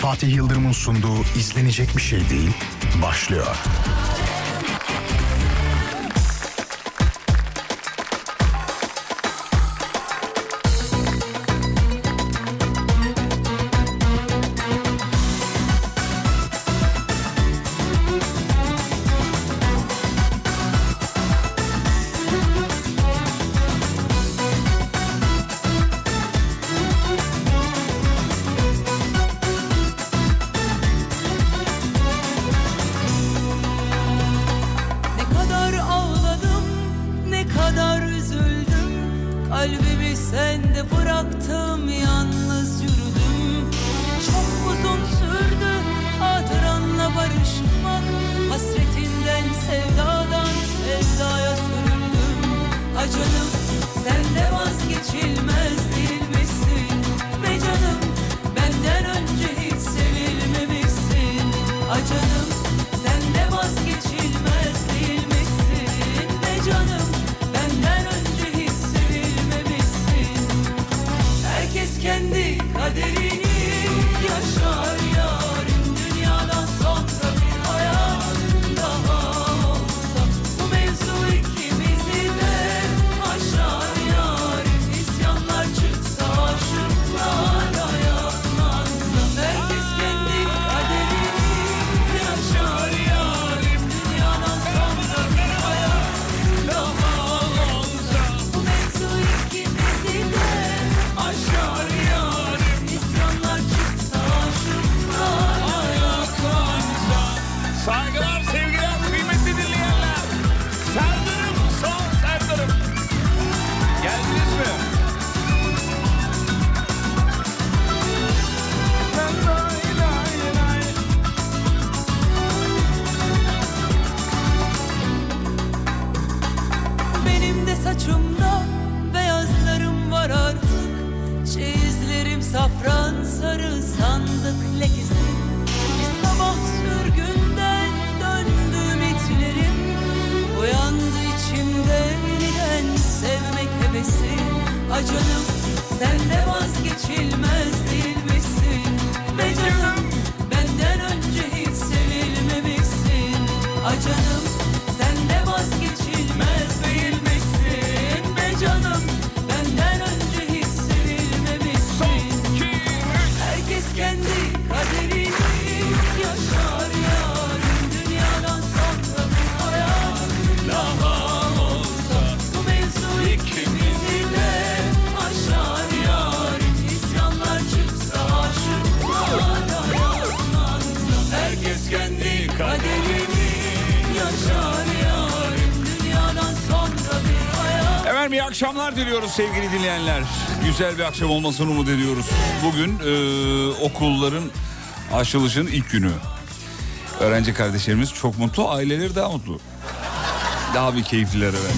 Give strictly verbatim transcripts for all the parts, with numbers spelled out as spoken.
Fatih Yıldırım'ın sunduğu izlenecek bir şey değil başlıyor. Akşamlar diliyoruz sevgili dinleyenler. Güzel bir akşam olmasını umut ediyoruz. Bugün e, okulların açılışının ilk günü. Öğrenci kardeşlerimiz çok mutlu, aileleri daha mutlu. Daha bir keyifliler evet.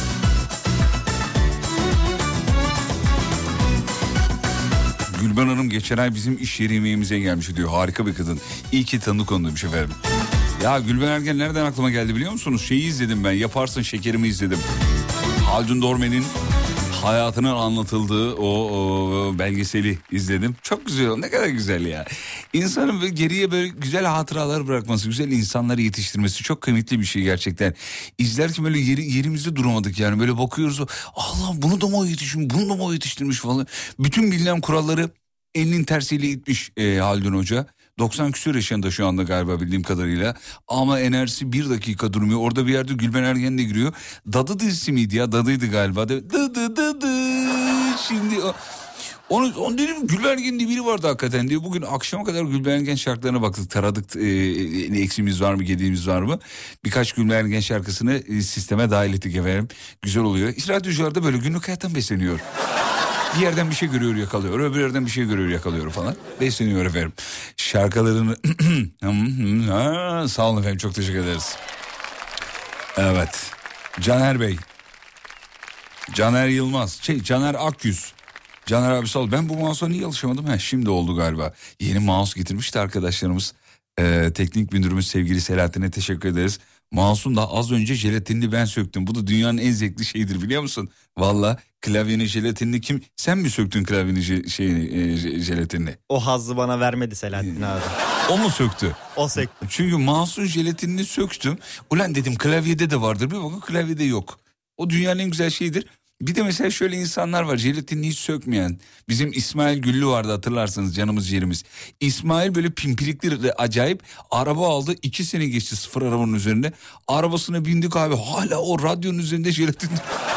Gülben Hanım geçen ay bizim iş yeri yemeğimize gelmiş diyor. Harika bir kadın. İyi ki tanıdık onu demiş efendim. Ya Gülben Ergen nereden aklıma geldi biliyor musunuz? Şeyi izledim ben. Yaparsın Şekerimi izledim. Haldun Dorme'nin hayatının anlatıldığı o, o belgeseli izledim. Çok güzel, ne kadar güzel ya. İnsanın geriye böyle güzel hatıralar bırakması, güzel insanları yetiştirmesi çok kıymetli bir şey gerçekten. İzlerken böyle yeri, yerimizde duramadık yani. Böyle bakıyoruz, Allah bunu da mı o yetiştirmiş, bunu da mı o yetiştirmiş falan. Bütün bilinen kuralları elinin tersiyle itmiş e, Haldun Hoca. doksan küsur yaşında şu anda galiba bildiğim kadarıyla. Ama enerjisi bir dakika durmuyor. Orada bir yerde Gülben Ergen de giriyor. Dadı dizisi miydi ya? Dadıydı galiba. Dadı dadı. Şimdi o... Onu, onu dedim Gülben Ergen diye biri vardı hakikaten diyor. Bugün akşama kadar Gülben Ergen şarkılarına baktık. Taradık e, eksimiz var mı, gediğimiz var mı? Birkaç Gülben Ergen şarkısını e, sisteme dahil ettik efendim. Güzel oluyor. Radyocular da böyle günlük hayattan besleniyor. Bir yerden bir şey görüyor yakalıyor, öbür yerden bir şey görüyor yakalıyor falan. Besleniyor efendim. Şarkılarını... ha, sağ olun efendim, çok teşekkür ederiz. Evet. Caner Bey. Caner Yılmaz. Şey, Caner Akyüz. Caner abi sağ ol. Ben bu mouse'a niye alışamadım? Ha, şimdi oldu galiba. Yeni mouse getirmişti arkadaşlarımız. Ee, teknik müdürümüz sevgili Selahattin'e teşekkür ederiz. Masum da az önce jelatinini ben söktüm. Bu da dünyanın en zevkli şeyidir biliyor musun? Valla klavyenin jelatinini kim? Sen mi söktün klavyenin je, şeyini, e, jelatinini? O hazzı bana vermedi Selahattin abi. O mu söktü? O söktü. Çünkü Masum jelatinini söktüm. Ulan dedim klavyede de vardır. Bir bakın klavyede yok. O dünyanın en güzel şeyidir. Bir de mesela şöyle insanlar var, jelatinini hiç sökmeyen. Bizim İsmail Güllü vardı, hatırlarsınız, canımız ciğerimiz. İsmail böyle pimpirikli acayip araba aldı. iki sene geçti sıfır arabanın üzerinde. Arabasına bindik abi, hala o radyonun üzerinde jelatin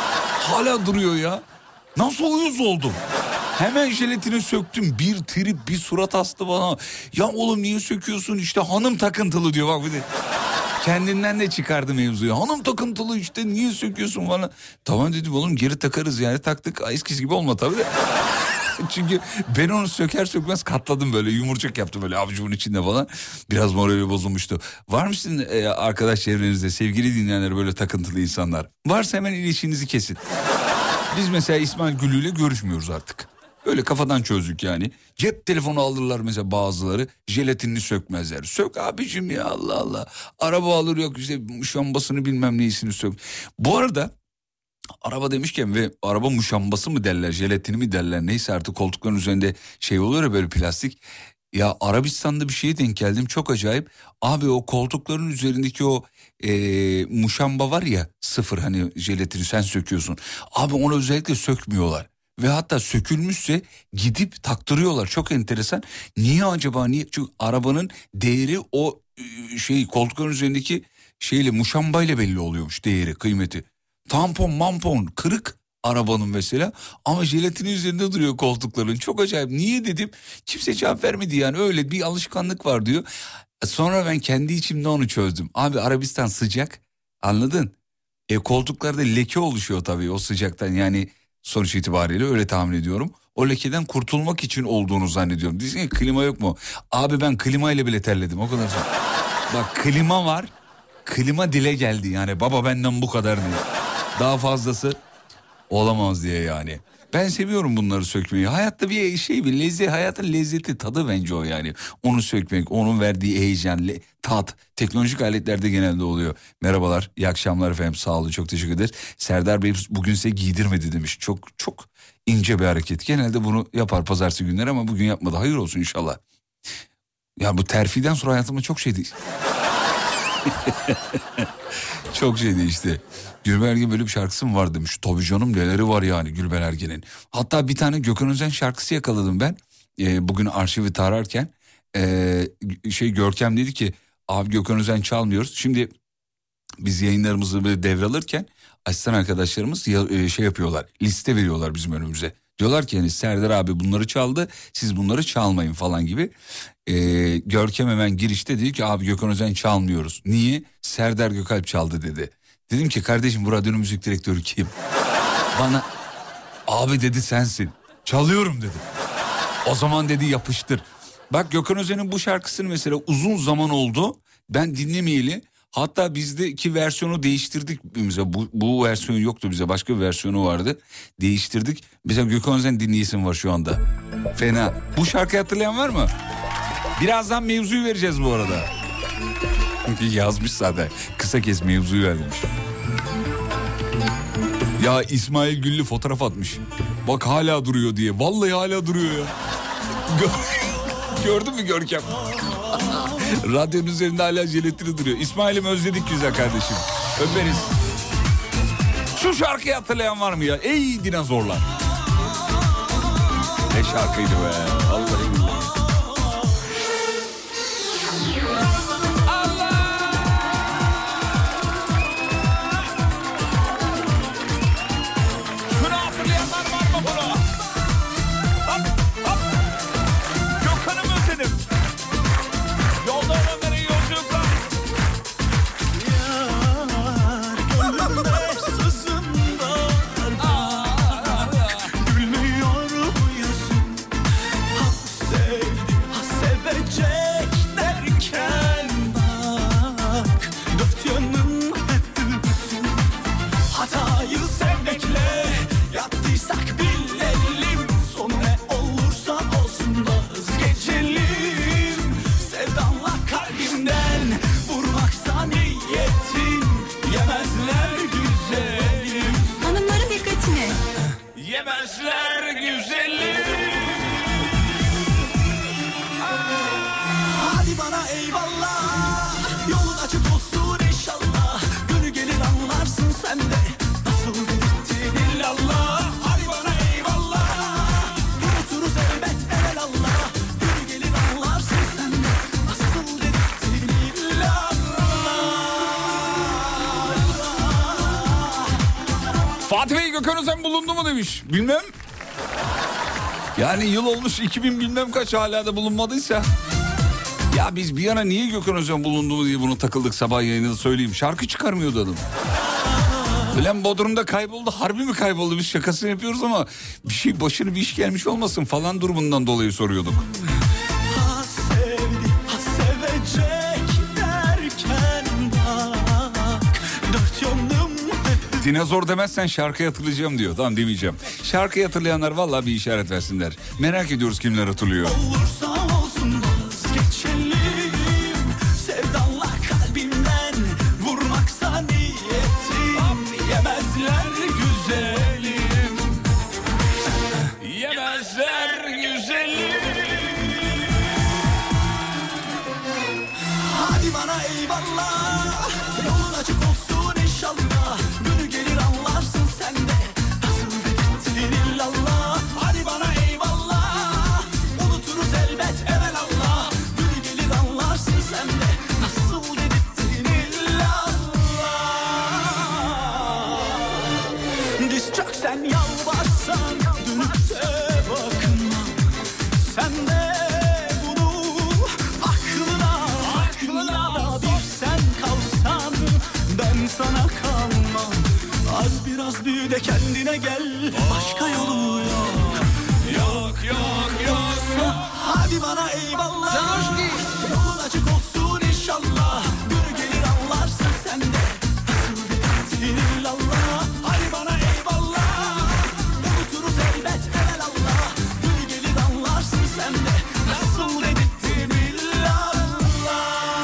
hala duruyor ya. Nasıl uyuz oldum. Hemen jelatini söktüm, bir trip bir surat astı bana. Ya oğlum niye söküyorsun, işte hanım takıntılı diyor bak bir de. Kendinden de çıkardı mevzuyu. Hanım takıntılı işte, niye söküyorsun bana? Tamam dedim oğlum, geri takarız yani, taktık. Eskisi gibi olma tabii de. Çünkü ben onu söker sökmez katladım, böyle yumurcak yaptım böyle avucumun içinde falan. Biraz morali bozulmuştu. Var mı sizin e, arkadaş çevrenizde sevgili dinleyenler böyle takıntılı insanlar? Varsa hemen ilişkinizi kesin. Biz mesela İsmail Güllü ile görüşmüyoruz artık. Öyle kafadan çözdük yani. Cep telefonu alırlar mesela bazıları, jelatinini sökmezler. Sök abicim ya, Allah Allah. Araba alır, yok işte muşambasını bilmem neyisini sök. Bu arada araba demişken ve araba muşambası mı derler, jelatini mi derler, neyse artık koltukların üzerinde şey oluyor ya böyle plastik. Ya Arabistan'da bir şeye denk geldim, çok acayip. Abi o koltukların üzerindeki o e, muşamba var ya, sıfır hani jelatini sen söküyorsun. Abi onu özellikle sökmüyorlar. Ve hatta sökülmüşse gidip taktırıyorlar. Çok enteresan. Niye acaba, niye? Çünkü arabanın değeri o şey koltukların üzerindeki şeyle, muşambayla belli oluyormuş değeri, kıymeti. Tampon mampon kırık arabanın mesela ama jelatini üzerinde duruyor koltukların. Çok acayip. Niye dedim, kimse cevap vermedi yani, öyle bir alışkanlık var diyor. Sonra ben kendi içimde onu çözdüm. Abi Arabistan sıcak, anladın? E koltuklarda leke oluşuyor tabii o sıcaktan yani. Sonuç itibariyle öyle tahmin ediyorum. O lekeden kurtulmak için olduğunu zannediyorum. Diyeceksin ki klima yok mu? Abi ben klimayla bile terledim, o kadar çok. Bak klima var. Klima dile geldi yani, baba benden bu kadar diye. Daha fazlası olamaz diye yani. Ben seviyorum bunları sökmeyi. Hayatta bir şey, bir lezzet, hayatın lezzeti, tadı bence o yani. Onu sökmek, onun verdiği heyecan, le, tat. Teknolojik aletlerde genelde oluyor. Merhabalar, iyi akşamlar efendim, sağ olun, çok teşekkür ederiz. Serdar Bey bugün size giydirmedi demiş. Çok çok ince bir hareket. Genelde bunu yapar pazartesi günleri ama bugün yapmadı. Hayır olsun inşallah. Ya bu terfiden sonra hayatımda çok şey değil. Çok şey değişti. Gülben Ergen böyle bir şarkısı mı var demiş. Tabii canım, neleri var yani Gülben Ergen'in. Hatta bir tane Gökhan Özen şarkısı yakaladım ben. Ee, bugün arşivi tararken. Ee, şey Görkem dedi ki abi Gökhan Özen çalmıyoruz. Şimdi biz yayınlarımızı böyle devralırken asistan arkadaşlarımız ya, şey yapıyorlar. Liste veriyorlar bizim önümüze. Diyorlar ki yani Serdar abi bunları çaldı, siz bunları çalmayın falan gibi. Ee, Görkem hemen girişte dedi ki abi Gökhan Özen çalmıyoruz. Niye? Serdar Gökalp çaldı dedi. Dedim ki kardeşim bu radyonun müzik direktörü kim? Bana abi dedi sensin. Çalıyorum dedi. O zaman dedi yapıştır. Bak Gökhan Özen'in bu şarkısını mesela uzun zaman oldu ben dinlemeyeli. Hatta bizdeki versiyonu değiştirdik. Mesela bu, bu versiyon yoktu, bize başka bir versiyonu vardı. Değiştirdik. Mesela Gökhan Özen dinleyesim var şu anda. Fena. Bu şarkıyı hatırlayan var mı? Birazdan mevzuyu vereceğiz bu arada. Yazmış zaten. Kısa kes mevzuyu ver demiş. Ya İsmail Güllü fotoğraf atmış. Bak hala duruyor diye. Vallahi hala duruyor ya. Gördün mü Görkem? Radyonun üzerinde hala jelatini duruyor. İsmail'im özledik güzel kardeşim. Öperiz. Şu şarkıyı hatırlayan var mı ya? Ey dinozorlar. Ne şarkıydı be. Vallahi billahi. Gökhan Özen bulundu mu demiş. Bilmem. Yani yıl olmuş iki bin bilmem kaç, hala da bulunmadıysa. Ya biz bir ara niye Gökhan Özen bulundu mu diye bunu takıldık, sabah yayında söyleyeyim. Şarkı çıkarmıyordu adam. Ölen Bodrum'da kayboldu. Harbi mi kayboldu? Biz şakasını yapıyoruz ama bir şey, başına bir iş gelmiş olmasın falan durumundan dolayı soruyorduk. Ha sevdi, ha sevecek derken bak, dört yönüm. Dinozor demezsen şarkıyı hatırlayacağım diyor. Tamam, demeyeceğim. Şarkıyı hatırlayanlar vallahi bir işaret versinler. Merak ediyoruz kimler hatırlıyor. Olursa olsun vazgeçelim. Sevdanla kalbimden vurmaksa niyetim. Yemezler güzelim. Yemezler güzelim. Hadi bana eyvallah. Yolun açık olsun inşallah. Günü gelir anlarsın sen de. Nasıl dedirttin illallah. Hadi bana eyvallah. Unuturuz elbet evelallah. Günü gelir anlarsın sen de. Nasıl dedirttin illallah. Diz çöksen yalvarsan dönüp de bakma. Sen de bunu aklına, aklına da bir sen kalsan ben sana kalmam. Az biraz büyü de kendine gel. Başka yolu yok. Yok yok yok. Hadi bana eyvallah. Yolun açık olsun inşallah. Günü gelir anlarsın sen de. Nasıl dedirttin illallah. Hadi bana eyvallah. Unuturuz elbet evelallah. Günü gelir anlarsın sen de. Nasıl dedirttin illallah.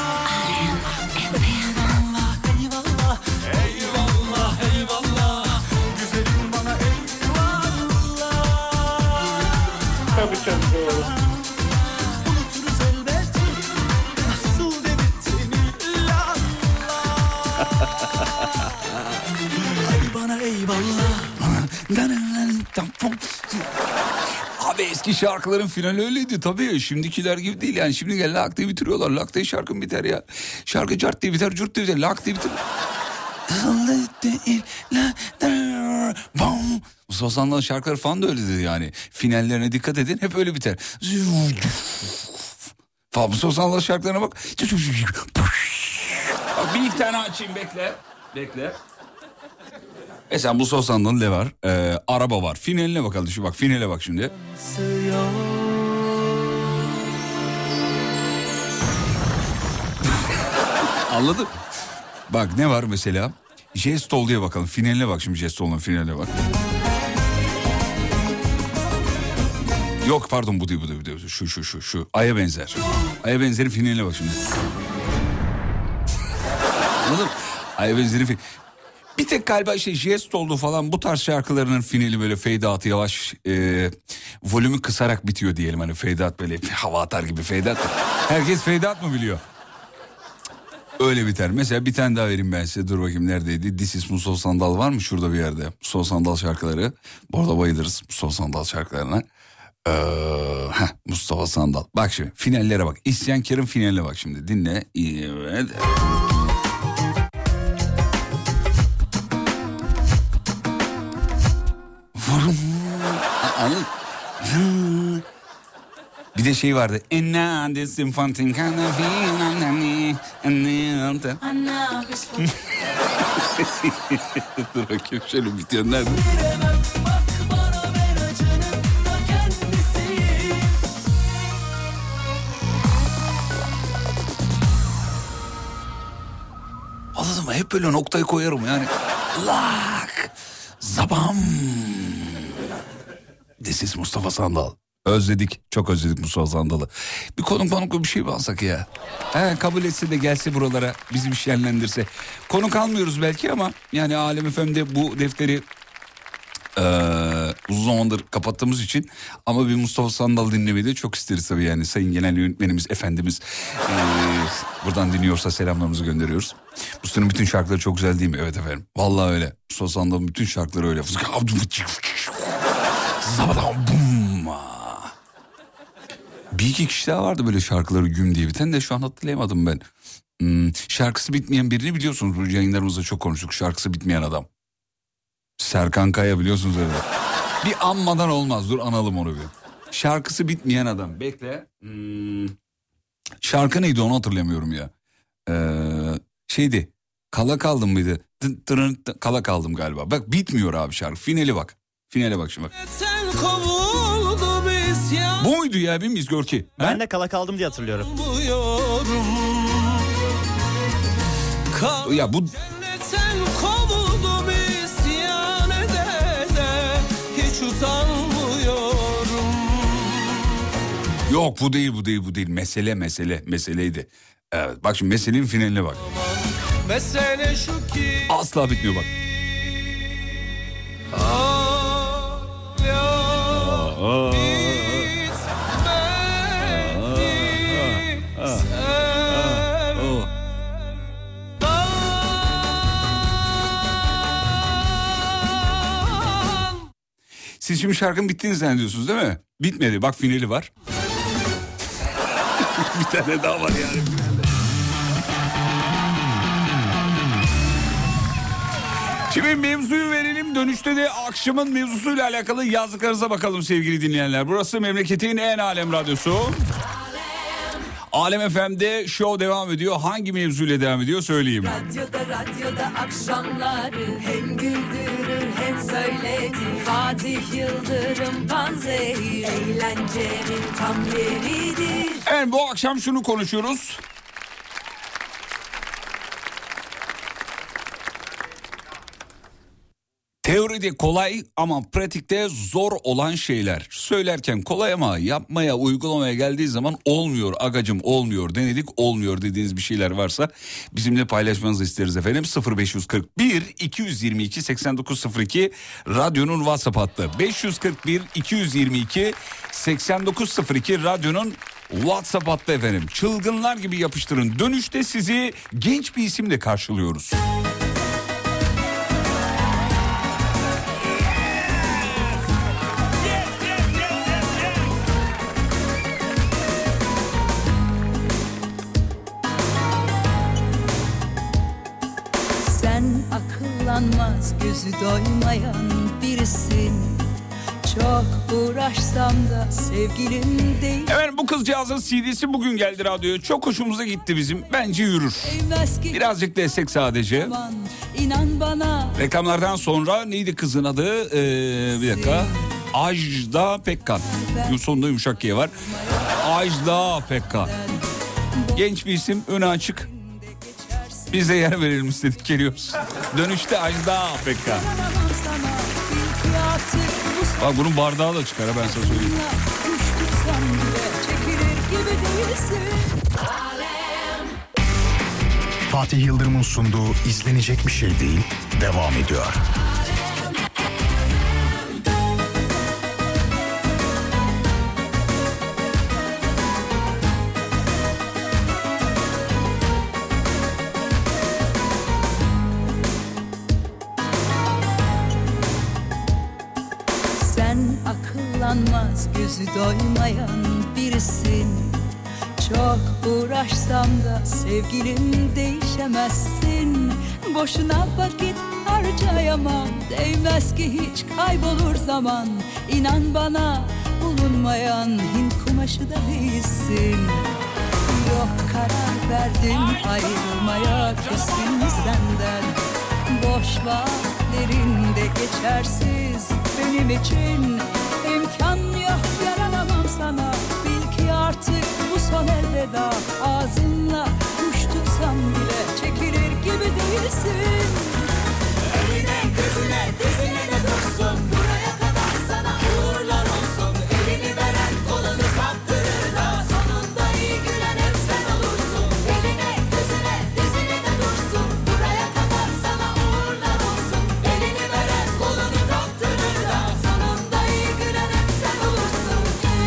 Eyvallah eyvallah. Eyvallah eyvallah. Güzelim bana eyvallah. Tabii çok doğru. Unuturuz elbet. Nasıl dedirttin illallah. Hadi bana eyvallah. Abi eski şarkıların finali öyleydi tabii. Şimdikiler gibi değil yani. Şimdi gel lak diye bitiriyorlar. Lak diye şarkın biter ya. Şarkı cart diye biter, curt diye biter. Lak diye biter. Mustafa Sandal'ın şarkıları falan da öyledir yani. Finallerine dikkat edin, hep öyle biter. Falan Mustafa Sandal'ın şarkılarına bak. Bak bir iki tane açayım, bekle. Bekle. Mesela Mustafa Sandal'ın ne var? Ee, araba var. Finaline bakalım. Şu bak, finale bak şimdi. Anladın? Bak ne var mesela? Jestol diye bakalım. Finaline bak şimdi, Jestol'un finaline bak. Yok pardon, bu değil bu değil. Bu değil. Şu şu şu şu. Ay'a benzer. Ay'a benzerin finaline bak şimdi. Anladın mı? Ay'a benzerin fin... Bir tek galiba işte Jestol'du falan, bu tarz şarkılarının finali böyle fade out, yavaş e, volümü kısarak bitiyor diyelim. Hani fade out böyle hava atar gibi fade out. Herkes fade out mı biliyor? Öyle biter. Mesela bir tane daha vereyim ben size. Dur bakayım neredeydi? This is Mustafa Sandal var mı şurada bir yerde? Mustafa Sandal şarkıları. Bu arada bayılırız Mustafa Sandal şarkılarına. Ee, heh, Mustafa Sandal. Bak şimdi finallere bak. İsyankar'ın finaline bak şimdi. Dinle. Evet. Bir de şey vardı. Dur bakayım şöyle bitiyor. Nerede? Anladın mı? Hep böyle noktayı koyarım yani. Lak. Zabam. This is Mustafa Sandal. Özledik. Çok özledik Mustafa Sandal'ı. Bir konuk konuk bir şey mi alsak ya? He, kabul etse de gelse buralara. Bizi bir şenlendirse. Konuk almıyoruz belki ama yani Alem F M'de bu defteri ee, uzun zamandır kapattığımız için, ama bir Mustafa Sandal dinlemeyi de çok isteriz tabii yani. Sayın Genel Yönetmenimiz, Efendimiz ee, buradan dinliyorsa selamlarımızı gönderiyoruz. Mustafa'nın bütün şarkıları çok güzel değil mi? Evet efendim. Vallahi öyle. Mustafa Sandal'ın bütün şarkıları öyle. Bir iki kişi daha vardı böyle şarkıları güm diye biten de şu an hatırlayamadım ben. Hmm, şarkısı bitmeyen birini biliyorsunuz. Bu yayınlarımızda çok konuştuk. Şarkısı bitmeyen adam. Serkan Kaya biliyorsunuz öyle. Bir anmadan olmaz. Dur analım onu bir. Şarkısı bitmeyen adam. Bekle. Hmm. Şarkı neydi onu hatırlamıyorum ya. Ee, şeydi. Kala kaldım mıydı? Tın tırın tın, kala kaldım galiba. Bak bitmiyor abi şarkı. Finali bak. Finale bak şimdi bak. Bu muydu ya bilmiyoruz Görki? Ben He? de kala kaldım diye hatırlıyorum. Ya bu yok bu değil bu değil bu değil. Mesele mesele meseleydi. Evet bak şimdi meselenin finaline bak. Mesele şu ki Asla bitmiyor bak. Siz şimdi şarkının bittiğini zannediyorsunuz değil mi? Bitmedi. Bak finali var. Bir tane daha var yani. Şimdi mevzuyu verelim. Dönüşte de akşamın mevzusuyla alakalı yazdıklarınıza bakalım sevgili dinleyenler. Burası memleketin en alem radyosu. Alem F M'de show devam ediyor. Hangi mevzuyla devam ediyor söyleyeyim. Radyoda radyoda akşamları hem güldürür hem söyletir. Fatih Yıldırım panzehir eğlencenin tam yeridir. Evet bu akşam şunu konuşuyoruz. Teoride kolay ama pratikte zor olan şeyler. Söylerken kolay ama yapmaya, uygulamaya geldiği zaman olmuyor agacım, olmuyor, denedik olmuyor dediğiniz bir şeyler varsa bizimle paylaşmanızı isteriz efendim. sıfır beş kırk bir iki yüz yirmi iki seksen dokuz sıfır iki radyonun WhatsApp hattı. beş yüz kırk bir iki yüz yirmi iki seksen dokuz sıfır iki radyonun WhatsApp hattı efendim. Çılgınlar gibi yapıştırın. Dönüşte sizi genç bir isimle karşılıyoruz. Akıllanmaz gözü doymayan birisin. Çok uğraşsam da sevgilim değil. Evet bu kızcağızın C D'si bugün geldi radyoya. Çok hoşumuza gitti bizim. Bence yürür. Birazcık destek sadece. İnan bana. Reklamlardan sonra neydi kızın adı? Ee, bir dakika. Ajda Pekkan. Sonunda yumuşak G var. Ajda Pekkan. Genç bir isim, önü açık. Biz de yer verelim istedik, geliyoruz. Dönüşte Ajda Pekkan. Bak bunun bardağı da çıkar ha, ben sana söyleyeyim. Fatih Yıldırım'ın sunduğu izlenecek bir şey değil devam ediyor. Akıllanmaz gözü doymayan birisin. Çok uğraşsam da sevgilim değişemezsin. Boşuna vakit harcayamam, değmez ki hiç kaybolur zaman. İnan bana bulunmayan Hint kumaşı da değilsin. Yok karar verdim ayrılmaya kesin senden. Boş vaatlerinde geçersiz benim için. İmkan yok yaranamam sana. Bil ki artık bu son elveda. Ağzınla kuş tutsam bile çekilir gibi değilsin. Eline gözüne dizine de dursun. Buraya kadar sana uğurlar olsun. Elini veren kolunu kaptırır da sonunda iyi gülen hep sen olursun. Eline gözüne dizine de dursun. Buraya kadar sana uğurlar olsun. Elini veren kolunu kaptırır da sonunda iyi gülen hep sen olursun.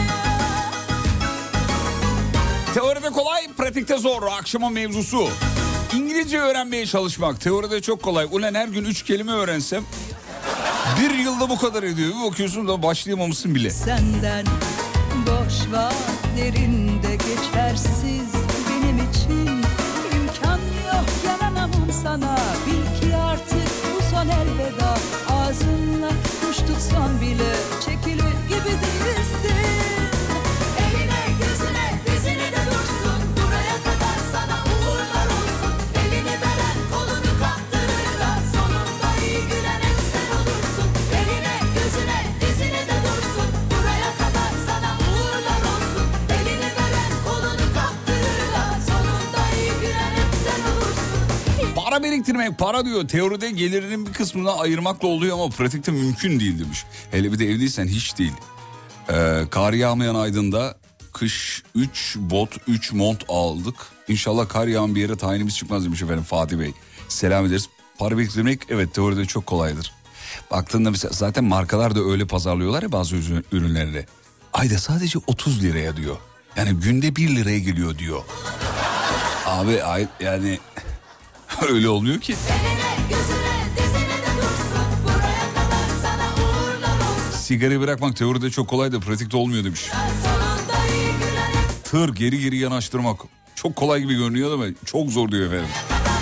Teoride kolay, pratikte zor. Akşamın mevzusu. İngilizce öğrenmeye çalışmak. Teoride çok kolay. Ulan her gün üç kelime öğrensem bir yılda bu kadar ediyor. Bir bakıyorsun da başlayamamışsın bile. Senden boş vaatlerinde geçersiz benim için. İmkan yok yaranamam sana. Bil ki artık bu son elveda. boğazınla kuş tutsan bile çekilir gibi değilsin. Eline gözüne dizine de dursun, buraya kadar sana uğurlar olsun. Elini veren kolunu kaptırır da sonunda iyi gülen hep sen olursun. Eline gözüne dizine de dursun, buraya kadar sana uğurlar olsun. Elini veren kolunu kaptırır da sonunda iyi gülen hep sen olursun. Para biriktirmek, para diyor. Teoride gelirinin bir kısmını ayırmakla oluyor ama pratikte mümkün değil demiş. Hele bir de evliysen hiç değil. Ee, kar yağmayan Aydın'da kış üç bot üç mont aldık. İnşallah kar yağan bir yere tayinimiz çıkmaz demiş efendim Fatih Bey. Selam ederiz. Para biriktirmek evet teoride çok kolaydır. Baktığında mesela zaten markalar da öyle pazarlıyorlar ya bazı ürünlerini. Ayda sadece otuz liraya diyor. Yani günde bir liraya geliyor diyor. Abi ay, yani öyle olmuyor ki. Sigarayı bırakmak teoride çok kolay da pratikte olmuyor demiş. Tır geri geri yanaştırmak çok kolay gibi görünüyor ama çok zor diyor efendim.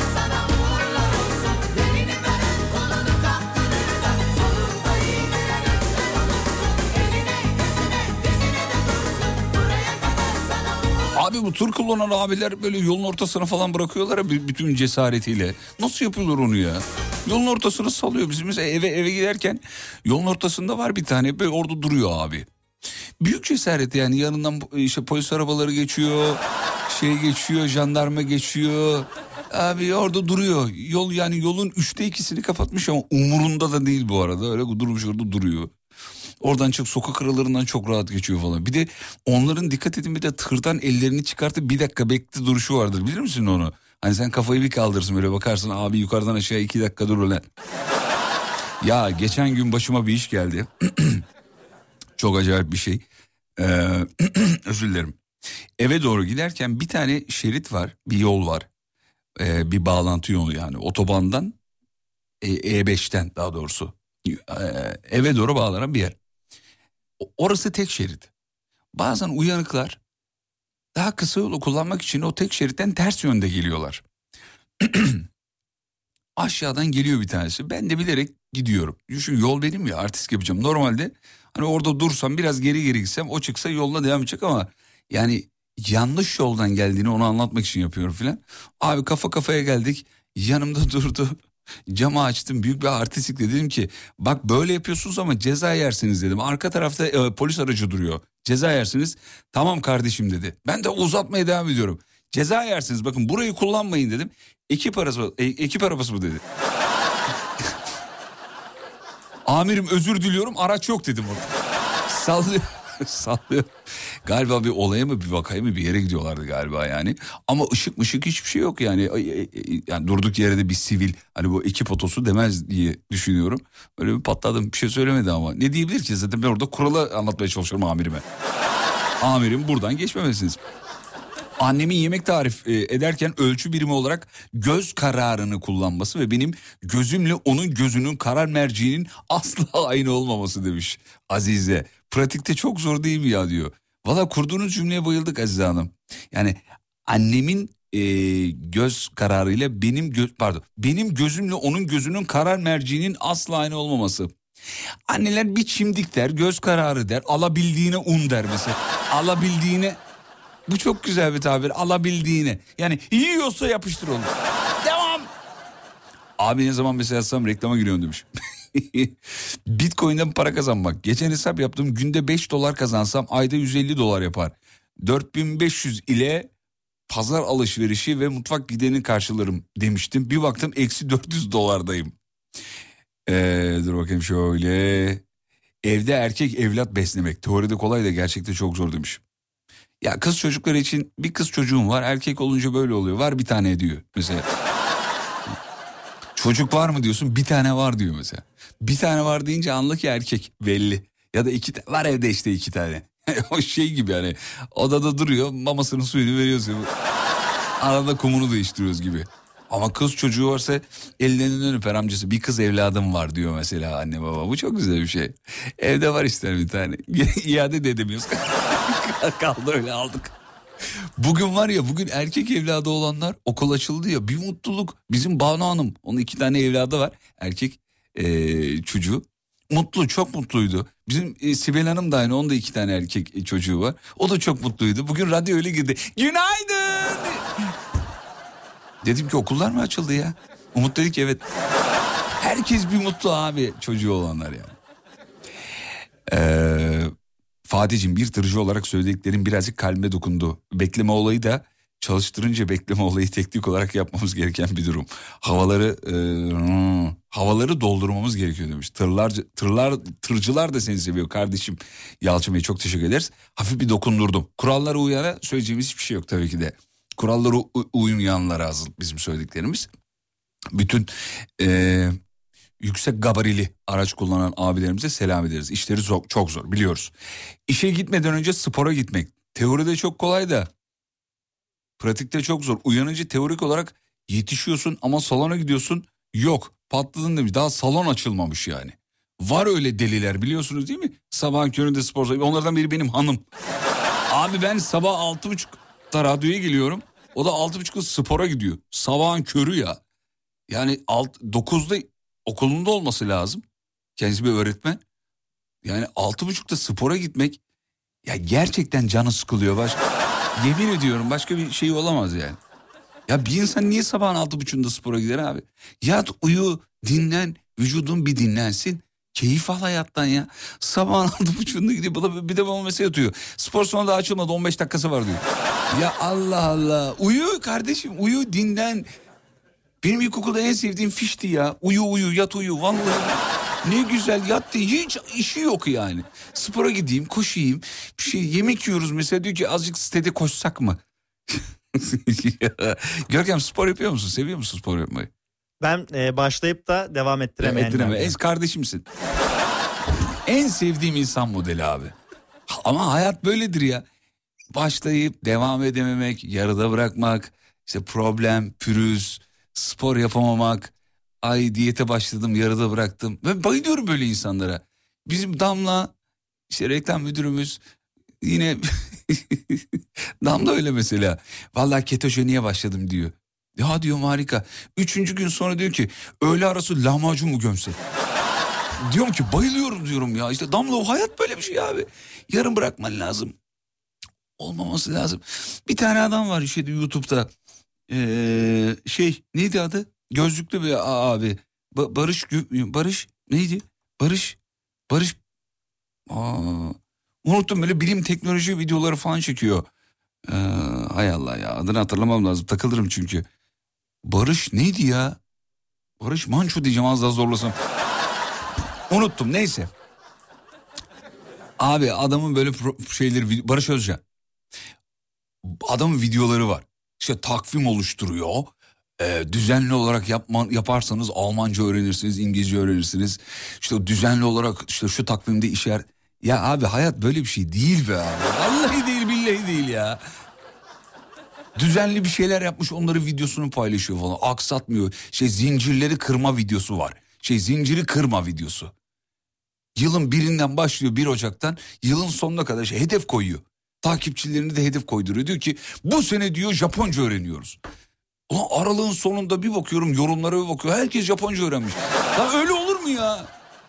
Abi bu tır kullanan abiler böyle yolun ortasına falan bırakıyorlar ya bütün cesaretiyle. Nasıl yapıyorlar onu ya? Yolun ortasına salıyor. Bizim mesela eve eve giderken yolun ortasında var bir tane böyle orada duruyor abi. Büyük cesaret yani, yanından işte polis arabaları geçiyor, şey geçiyor, jandarma geçiyor. Abi orada duruyor. Yol yani yolun üçte ikisini kapatmış ama umurunda da değil bu arada. Öyle durmuş orada duruyor. Oradan çık sokak aralarından çok rahat geçiyor falan. Bir de onların dikkat edin bir de tırdan ellerini çıkartıp bir dakika bekle duruşu vardır. Bilir misin onu? Hani sen kafayı bir kaldırırsın böyle bakarsın abi yukarıdan aşağı iki dakika dur öyle. Ya geçen gün başıma bir iş geldi. Çok acayip bir şey. Ee, özür dilerim. Eve doğru giderken bir tane şerit var, bir yol var. Ee, bir bağlantı yolu yani otobandan E beşten daha doğrusu ee, eve doğru bağlanan bir yer. Orası tek şerit. Bazen uyanıklar daha kısa yolu kullanmak için o tek şeritten ters yönde geliyorlar. Aşağıdan geliyor bir tanesi. Ben de bilerek gidiyorum. Çünkü yol benim ya, artist yapacağım. Normalde hani orada dursam biraz geri geri gitsem o çıksa yoluna devam edecek ama yani yanlış yoldan geldiğini ona anlatmak için yapıyorum filan. Abi kafa kafaya geldik. Yanımda durdu. Camı açtım, büyük bir artistlikle dedim ki bak böyle yapıyorsunuz ama ceza yersiniz dedim. Arka tarafta e, polis aracı duruyor. Ceza yersiniz. Tamam kardeşim dedi. Ben de uzatmaya devam ediyorum. Ceza yersiniz bakın burayı kullanmayın dedim. Ekip arabası, e, ekip arabası mı dedi. Amirim özür diliyorum araç yok dedim orada. Sallıyor. Sallıyor. Galiba bir olaya mı bir vakaya mı bir yere gidiyorlardı galiba yani. Ama ışık mışık hiçbir şey yok yani. Yani durduk yere de bir sivil hani bu ekip otosu demez diye düşünüyorum. Öyle bir patladım, bir şey söylemedi ama. Ne diyebilir ki, zaten ben orada kuralı anlatmaya çalışıyorum amirime. Amirim buradan geçmemelisiniz. Annemin yemek tarif ederken ölçü birimi olarak göz kararını kullanması ve benim gözümle onun gözünün karar merciğinin asla aynı olmaması demiş Azize. Pratikte çok zor değil mi ya diyor. Valla kurduğunuz cümleye bayıldık Azize Hanım. Yani annemin e, göz kararıyla benim gö- pardon benim gözümle onun gözünün karar merciğinin asla aynı olmaması. Anneler bir çimdik der, göz kararı der, alabildiğine un der mesela. Alabildiğine... Bu çok güzel bir tabir, alabildiğine. Yani yiyorsa yapıştır onu. Devam. Abi ne zaman mesela yazsam reklama giriyorum demiş. Bitcoin'den para kazanmak. Geçen hesap yaptım, günde beş dolar kazansam ayda yüz elli dolar yapar. dört bin beş yüz ile pazar alışverişi ve mutfak giderini karşılarım demiştim. Bir baktım eksi dört yüz dolardayım. Ee, dur bakayım şöyle. Evde erkek evlat beslemek. Teoride kolay da gerçekte çok zor demiş. Ya kız çocukları için bir kız çocuğum var, erkek olunca böyle oluyor. Var bir tane diyor mesela. Çocuk var mı diyorsun, bir tane var diyor mesela. Bir tane var deyince anla ki erkek belli. Ya da iki tane var evde işte iki tane. O şey gibi yani odada duruyor, mamasının suyunu veriyorsun. Arada kumunu değiştiriyoruz gibi. Ama kız çocuğu varsa ellerinden öper amcası, bir kız evladım var diyor mesela anne baba. Bu çok güzel bir şey. Evde var işte bir tane. İade de edemiyoruz. Kaldı öyle aldık. Bugün var ya, bugün erkek evladı olanlar okul açıldı ya, bir mutluluk. Bizim Banu Hanım, onun iki tane evladı var. Erkek e, çocuğu. Mutlu, çok mutluydu. Bizim e, Sibel Hanım da aynı, onun da iki tane erkek e, çocuğu var. O da çok mutluydu. Bugün radyo öyle girdi. Günaydın. Dedim ki okullar mı açıldı ya? Umut dedi ki evet. Herkes bir mutlu abi, çocuğu olanlar yani. Ee, Fatih'cim, bir tırcı olarak söylediklerim birazcık kalbime dokundu. Bekleme olayı da çalıştırınca bekleme olayı teknik olarak yapmamız gereken bir durum. Havaları e, hmm, havaları doldurmamız gerekiyor demiş. Tırlar, tırlar, tırcılar da seni seviyor kardeşim. Yalçın Bey, çok teşekkür ederiz. Hafif bir dokundurdum. Kurallara uyana söyleyeceğimiz hiçbir şey yok tabii ki de. Kurallara u- uymayanlara azıl bizim söylediklerimiz. Bütün e, yüksek gabarili araç kullanan abilerimize selam ederiz. İşleri zor, çok zor biliyoruz. İşe gitmeden önce spora gitmek. Teoride çok kolay da pratikte çok zor. Uyanınca teorik olarak yetişiyorsun ama salona gidiyorsun. Yok, patladın demiş. Daha salon açılmamış yani. Var öyle deliler, biliyorsunuz değil mi? Sabahın köründe spor salonu. Onlardan biri benim hanım. Abi ben sabah altı buçukta radyoya geliyorum. O da altı buçukta spora gidiyor. Sabahın körü ya. Yani dokuzda okulunda olması lazım. Kendisi bir öğretmen. Yani altı buçukta spora gitmek ya gerçekten canı sıkılıyor. Başka, yemin ediyorum başka bir şey olamaz yani. Ya bir insan niye sabahın altı buçukta spora gider abi? Yat, uyu, dinlen, vücudun bir dinlensin. Keyif al hayattan ya. Sabahın altı buçukta gidiyor. Bir de bana mesaj atıyor. Spor salonu daha açılmadı, on beş dakikası var diyor. Ya Allah Allah. Uyu kardeşim, uyu, dinlen. Benim ilkokulda en sevdiğim fişti ya. Uyu uyu, yat uyu. Vallahi ne güzel yattı. Hiç işi yok yani. Spora gideyim, koşayım. Bir şey yemek yiyoruz mesela, diyor ki azıcık sitede koşsak mı? Görkem, spor yapıyor musun? Seviyor musun spor yapmayı? Ben e, başlayıp da devam ettiremeyenler. Ettireme. En kardeşimsin. En sevdiğim insan modeli abi. Ama hayat böyledir ya. Başlayıp devam edememek, yarıda bırakmak, işte problem, pürüz, spor yapamamak. Ay diyete başladım, yarıda bıraktım. Ben bayılıyorum böyle insanlara. Bizim Damla, işte reklam müdürümüz, yine Damla öyle mesela. Vallahi ketojeniye başladım diyor. Ya diyorum harika. Üçüncü gün sonra diyor ki öğle arası lahmacun mu gömsek? Diyorum ki bayılıyorum diyorum ya. İşte Damla, o hayat böyle bir şey abi. Yarım bırakman lazım. Olmaması lazım. Bir tane adam var işte YouTube'da. Ee, şey neydi adı? Gözlüklü bir abi. Ba- Barış Barış neydi? Barış Barış Aa, unuttum, böyle bilim teknoloji videoları falan çekiyor. Ee, hay Allah ya, adını hatırlamam lazım. Takılırım çünkü. Barış neydi ya? Barış Manço diyeceğim, az daha zorlasam. Unuttum, neyse. Abi adamın böyle pro- şeyleri, Barış Özcan. Adamın videoları var. İşte takvim oluşturuyor. Ee, düzenli olarak yapman, yaparsanız Almanca öğrenirsiniz, İngilizce öğrenirsiniz. İşte düzenli olarak işte şu takvimde işler. Ya abi hayat böyle bir şey değil be abi. Vallahi değil, billahi değil ya. Düzenli bir şeyler yapmış, onları videosunu paylaşıyor falan. Aksatmıyor. Şey zincirleri kırma videosu var. Şey zinciri kırma videosu. Yılın birinden başlıyor, bir Ocak'tan yılın sonuna kadar şey, hedef koyuyor. Takipçilerini de hedef koyduruyor. Diyor ki bu sene diyor Japonca öğreniyoruz. Ulan aralığın sonunda bir bakıyorum, yorumlara bir bakıyorum. Herkes Japonca öğrenmiş. Ya öyle olur mu ya?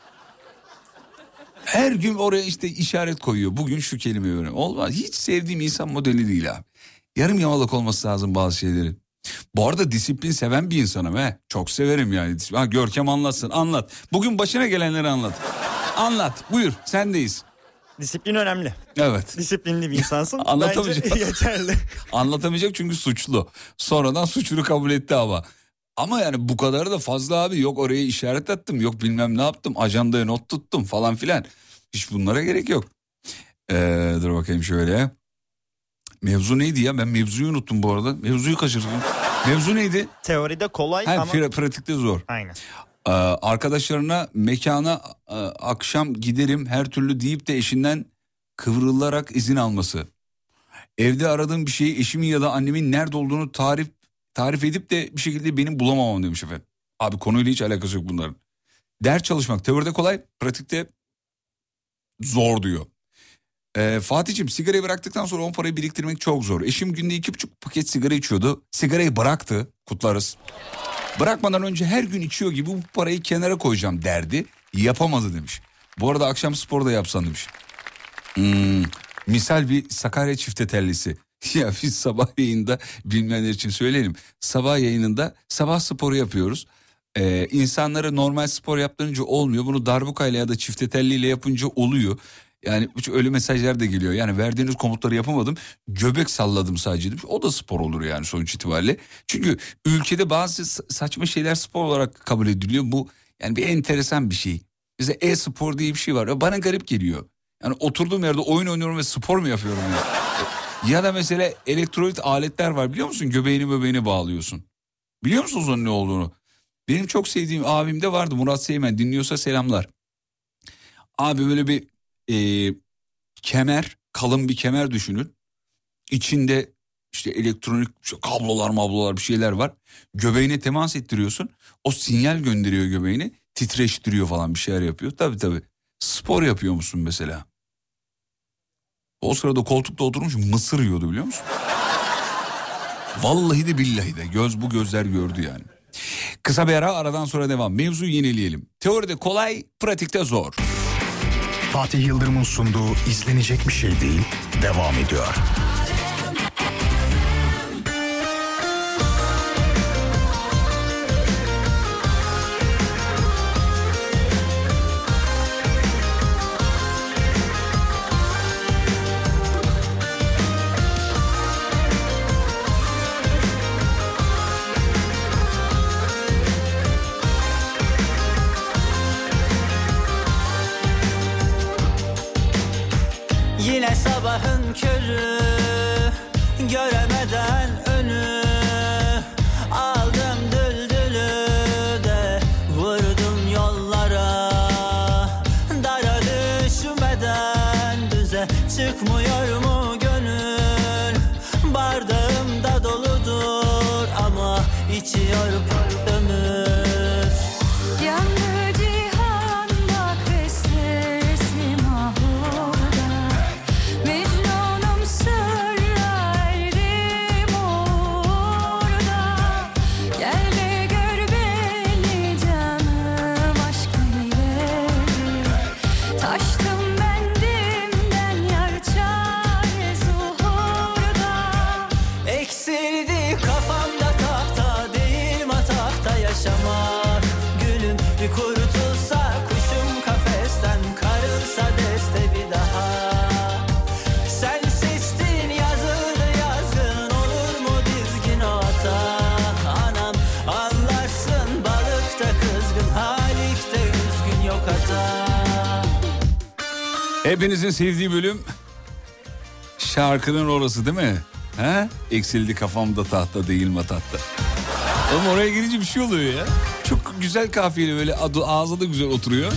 Her gün oraya işte işaret koyuyor. Bugün şu kelimeyi öğren. Olmaz. Hiç sevdiğim insan modeli değil abi. Yarım yamalak olması lazım bazı şeylerin. Bu arada disiplin seven bir insanım he. Çok severim yani. Ha, Görkem anlatsın, anlat. Bugün başına gelenleri anlat. Anlat, buyur, sendeyiz. Disiplin önemli. Evet. Disiplinli bir insansın. Anlatamayacak. Bence yeterli. Anlatamayacak çünkü suçlu. Sonradan suçunu kabul etti ama. Ama yani bu kadar da fazla abi. Yok oraya işaret attım, yok bilmem ne yaptım, ajandaya not tuttum falan filan. Hiç bunlara gerek yok. Ee, dur bakayım şöyle. Mevzu neydi ya? Ben mevzuyu unuttum bu arada. Mevzuyu kaçırdım. Mevzu neydi? Teoride kolay ha, ama... pra- pratikte zor. Aynen. Ee, arkadaşlarına mekana e, akşam giderim her türlü deyip de eşinden kıvrılarak izin alması. Evde aradığım bir şeyi eşimin ya da annemin nerede olduğunu tarif tarif edip de bir şekilde benim bulamamam demiş efendim. Abi konuyla hiç alakası yok bunların. Ders çalışmak teoride kolay, pratikte zor diyor. Ee, Fatih'ciğim sigarayı bıraktıktan sonra on parayı biriktirmek çok zor. Eşim günde iki buçuk paket sigara içiyordu. Sigarayı bıraktı, kutlarız. Bırakmadan önce her gün içiyor gibi bu parayı kenara koyacağım derdi. Yapamadı demiş. Bu arada akşam spor da yapsan demiş. Hmm, misal bir Sakarya çiftetellisi. Ya biz sabah yayında bilmeyenler için söyleyelim. Sabah yayınında sabah sporu yapıyoruz. Ee, insanlara normal spor yaptırınca olmuyor. Bunu darbukayla ya da çiftetelliyle yapınca oluyor. Yani öyle mesajlar da geliyor. Yani verdiğiniz komutları yapamadım. Göbek salladım sadece demiş. O da spor olur yani sonuç itibariyle. Çünkü ülkede bazı saçma şeyler spor olarak kabul ediliyor. Bu yani bir enteresan bir şey. Bize e-spor diye bir şey var. Bana garip geliyor. Yani oturduğum yerde oyun oynuyorum ve spor mu yapıyorum ya? Ya da mesela elektrolit aletler var biliyor musun? Göbeğini möbeğini bağlıyorsun. Biliyor musunuz onun ne olduğunu? Benim çok sevdiğim abim de vardı, Murat Seymen, dinliyorsa selamlar. Abi böyle bir e, kemer, kalın bir kemer düşünün. İçinde işte elektronik kablolar mablolar bir şeyler var. Göbeğine temas ettiriyorsun. O sinyal gönderiyor göbeğine, titreştiriyor falan, bir şeyler yapıyor. Tabii tabii. Spor yapıyor musun mesela? O sırada koltukta oturmuş mısır yiyordu biliyor musun? Vallahi de billahi de göz bu gözler gördü yani. Kısa bir ara, aradan sonra devam. Mevzuyu yenileyelim. Teoride kolay, pratikte zor. Fatih Yıldırım'ın sunduğu izlenecek bir şey değil devam ediyor. Yine sabahın körü, göremeden önü, aldım düldülü de vurdum yollara. Dara düşmeden düze çıkmıyor mu gönül? Bardağım da doludur ama içiyor ömür. Hepinizin sevdiği bölüm şarkının orası değil mi? He? Eksildi kafamda tahta değil matatta. Ama oraya girince bir şey oluyor ya. Çok güzel kafiyeli, böyle adı, ağza da güzel oturuyor.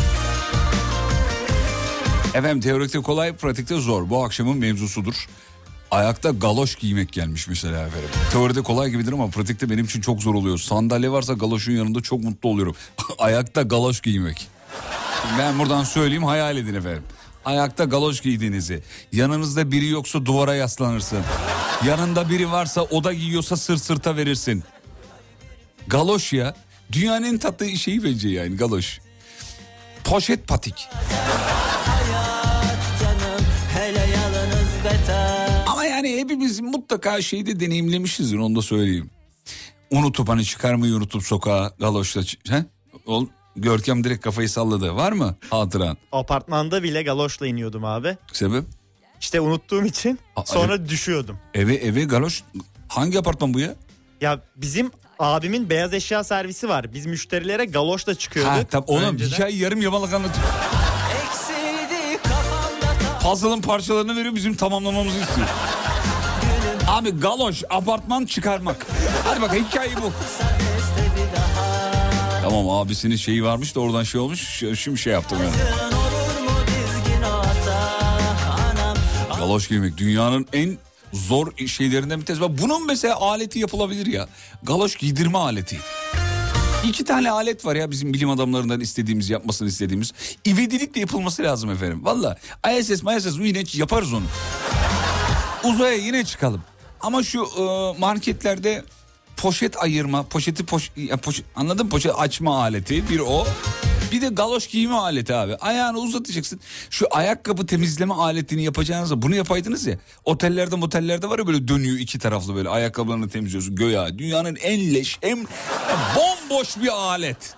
Efendim teorikte kolay, pratikte zor. Bu akşamın mevzusudur. Ayakta galoş giymek gelmiş mesela efendim. Teoride kolay gibidir ama pratikte benim için çok zor oluyor. Sandalye varsa galoşun yanında çok mutlu oluyorum. Ayakta galoş giymek. Ben buradan söyleyeyim, hayal edin efendim. Ayakta galoş giydiğinizi. Yanınızda biri yoksa duvara yaslanırsın. Yanında biri varsa o da giyiyorsa sırt sırta verirsin. Galoş ya. Dünyanın en tatlı şeyi bence yani galoş. Poşet patik. Ama yani hepimiz mutlaka şeyi de deneyimlemişizdir, onu da söyleyeyim. Unutup hani çıkarmayı unutup sokağa galoşla... He? Ol... Görkem direkt kafayı salladı. Var mı hatıran? Apartmanda bile galoşla iniyordum abi. Sebep? İşte unuttuğum için A- sonra eve, düşüyordum. Eve eve galoş. Hangi apartman bu ya? Ya bizim abimin beyaz eşya servisi var. Biz müşterilere galoşla çıkıyorduk. Ha tamam oğlum, önceden. hikayeyi yarım yamalak anlatıyor. Puzzle'ın parçalarını veriyor, bizim tamamlamamızı istiyor. Abi galoş, apartman çıkarmak. Hadi bak, hikaye bu. Tamam, abisinin şeyi varmış da oradan şey olmuş. Şimdi şey yaptım yani. Galoş giymek dünyanın en zor şeylerinden bir tanesi. Bunun mesela aleti yapılabilir ya. Galoş giydirme aleti. İki tane alet var ya bizim bilim adamlarından istediğimiz, yapmasını istediğimiz. İvedilikle yapılması lazım efendim. Valla I S S, M S S yine yaparız onu. Uzaya yine çıkalım. Ama şu e, marketlerde poşet ayırma, poşeti poş, ya poşet, anladın mı? Poşet açma aleti bir o. Bir de galoş giyme aleti abi. Ayağını uzatacaksın. Şu ayakkabı temizleme aletini yapacağınızda bunu yapaydınız ya. Otellerde motellerde var ya böyle dönüyor iki taraflı böyle ayakkabılarını temizliyorsun. Göya dünyanın en leş en bomboş bir alet.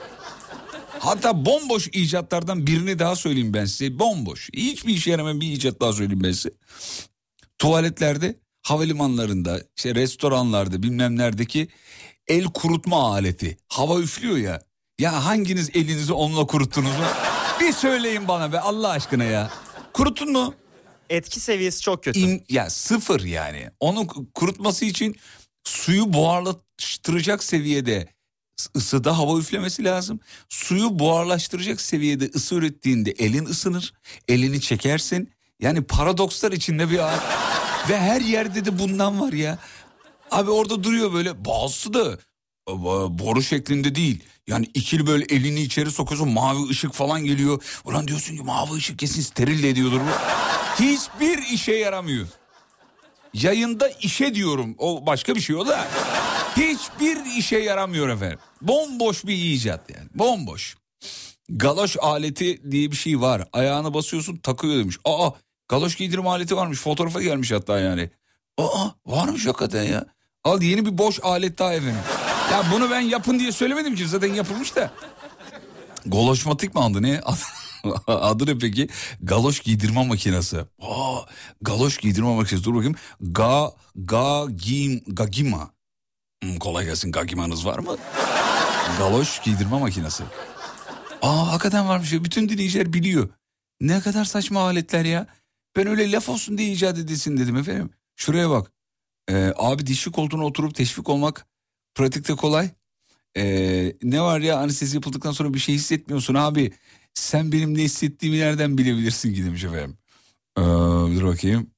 Hatta bomboş icatlardan birini daha söyleyeyim ben size. Bomboş. Hiçbir işe yaramayan bir icat daha söyleyeyim ben size. Tuvaletlerde, havalimanlarında, işte restoranlarda bilmem neredeki el kurutma aleti. Hava üflüyor ya. Ya hanginiz elinizi onunla kuruttunuz mu? Bir söyleyin bana be Allah aşkına ya. Kurutun mu? Etki seviyesi çok kötü. İm, ya sıfır yani. Onu kurutması için suyu buharlaştıracak seviyede ısıda hava üflemesi lazım. Suyu buharlaştıracak seviyede ısı ürettiğinde elin ısınır. Elini çekersin. Yani paradokslar içinde bir an. Ve her yerde de bundan var ya. Abi orada duruyor böyle, bazısı da boru şeklinde değil. Yani ikili böyle elini içeri sokuyorsun, mavi ışık falan geliyor. Ulan diyorsun ki mavi ışık kesin steril ediyordur bu. Hiçbir işe yaramıyor. Yayında işe diyorum, o başka bir şey o da. Hiçbir işe yaramıyor efendim. Bomboş bir icat yani, bomboş. Galoş aleti diye bir şey var. Ayağına basıyorsun takıyor demiş. Aa, galoş giydirme aleti varmış, fotoğrafa gelmiş hatta yani. Aa, varmış hakikaten ya. Al yeni bir boş alet daha efendim. Ya bunu ben yapın diye söylemedim ki, zaten yapılmış da. Galoşmatik mi adı ne? Adı ne peki? Galoş giydirme makinesi. Aa, galoş giydirme makinesi. Dur bakayım. Ga, ga, gim, gagima. Hmm, kolay gelsin, gagimanız var mı? Galoş giydirme makinesi. Aa, hakikaten varmış ya. Bütün dinleyiciler biliyor. Ne kadar saçma aletler ya. Ben öyle laf olsun diye icat edilsin dedim efendim. Şuraya bak. Ee, abi dişli koltuğuna oturup teşvik olmak pratikte kolay. Ee, ne var ya, anestezi yapıldıktan sonra bir şey hissetmiyorsun abi. Sen benim ne hissettiğimi nereden bilebilirsin ki demiş efendim. Ee, dur bakayım.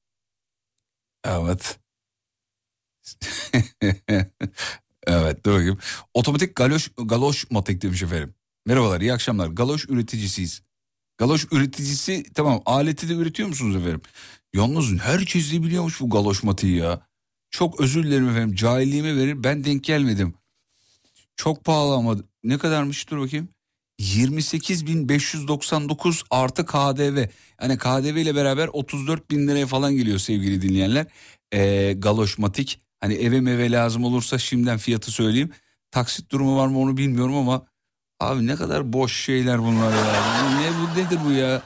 Evet. Evet, dur bakayım. Otomatik galoş, galoş matik demiş efendim. Merhabalar, iyi akşamlar. Galoş üreticisiyiz. Galoş üreticisi, tamam, aleti de üretiyor musunuz efendim? Yalnız herkes de biliyormuş bu galoş matiği ya. Çok özür dilerim efendim, cahilliğime verir, ben denk gelmedim. Çok pahalı ama ne kadarmış, dur bakayım. yirmi sekiz bin beş yüz doksan dokuz artı K D V. Yani K D V ile beraber otuz dört bin liraya falan geliyor sevgili dinleyenler. Ee, galoş matik. Hani eve meve lazım olursa şimdiden fiyatı söyleyeyim. Taksit durumu var mı onu bilmiyorum ama abi ne kadar boş şeyler bunlar ya. Ne bu, nedir bu ya?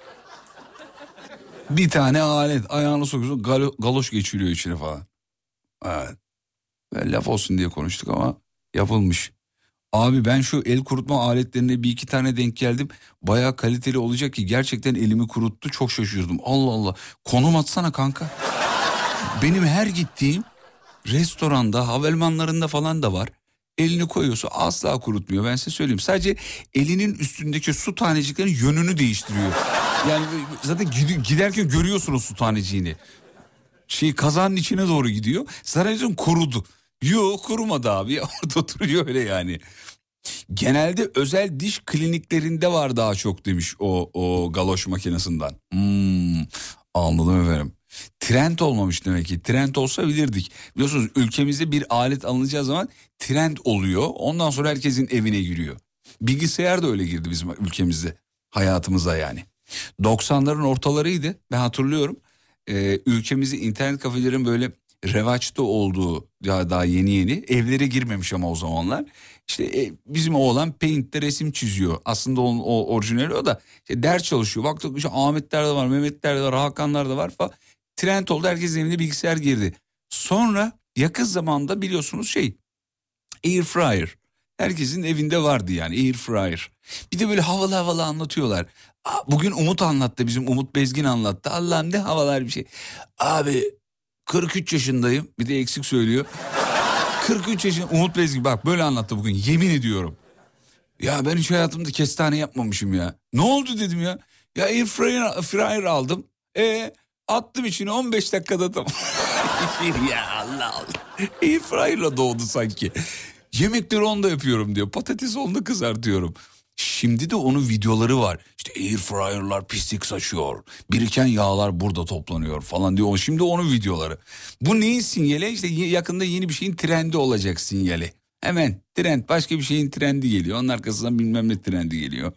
Bir tane alet, ayağını sokuyorsun, galo, galoş geçiriyor içine falan. Evet. Ben laf olsun diye konuştuk ama yapılmış. Abi ben şu el kurutma aletlerine bir iki tane denk geldim. Bayağı kaliteli olacak ki gerçekten elimi kuruttu, çok şaşırdım. Allah Allah, konum atsana kanka. Benim her gittiğim restoranda, havalimanlarında falan da var. Elini koyuyorsa asla kurutmuyor, ben size söyleyeyim. Sadece elinin üstündeki su taneciklerinin yönünü değiştiriyor. Yani zaten giderken görüyorsunuz su taneciğini. Şey, kazanın içine doğru gidiyor. Zannediyorsun kurudu. Yok, kurumadı abi. Orada duruyor öyle yani. Genelde özel diş kliniklerinde var daha çok demiş o, o galoş makinesinden. Hmm, anladım efendim. Trend olmamış demek ki. Trend olsa bilirdik. Biliyorsunuz ülkemizde bir alet alınacağı zaman trend oluyor. Ondan sonra herkesin evine giriyor. Bilgisayar da öyle girdi bizim ülkemizde. Hayatımıza yani. doksanların ortalarıydı. Ben hatırlıyorum. Ee, ülkemizde internet kafelerin böyle revaçta olduğu, ya daha yeni yeni, evlere girmemiş ama o zamanlar. İşte e, bizim oğlan Paint'te resim çiziyor. Aslında onun o orijinali o da. İşte ders çalışıyor. Baktık işte Ahmetler de var, Mehmetler de var, Hakanlar da var falan. Trend oldu, herkesin evine bilgisayar girdi. Sonra yakın zamanda biliyorsunuz şey, air fryer. Herkesin evinde vardı yani air fryer. Bir de böyle havalı havalı anlatıyorlar. Bugün Umut anlattı, bizim Umut Bezgin anlattı. Allah'ım ne havalar bir şey. Abi kırk üç yaşındayım, bir de eksik söylüyor. kırk üç yaşında Umut Bezgin bak böyle anlattı bugün, yemin ediyorum. Ya ben hiç hayatımda kestane yapmamışım ya. Ne oldu dedim ya. Ya air fryer, fryer aldım. E attım içine on beş dakikada tamam. Ya Allah Allah. Air fryer'la doğdu sanki. Yemekleri onda yapıyorum diyor. Patatesi onda kızartıyorum. Şimdi de onun videoları var. İşte air fryer'lar pislik saçıyor. Biriken yağlar burada toplanıyor falan diyor. Şimdi onun videoları. Bu neyin sinyali? İşte yakında yeni bir şeyin trendi olacak sinyali. Hemen trend, başka bir şeyin trendi geliyor. Onun arkasından bilmem ne trendi geliyor.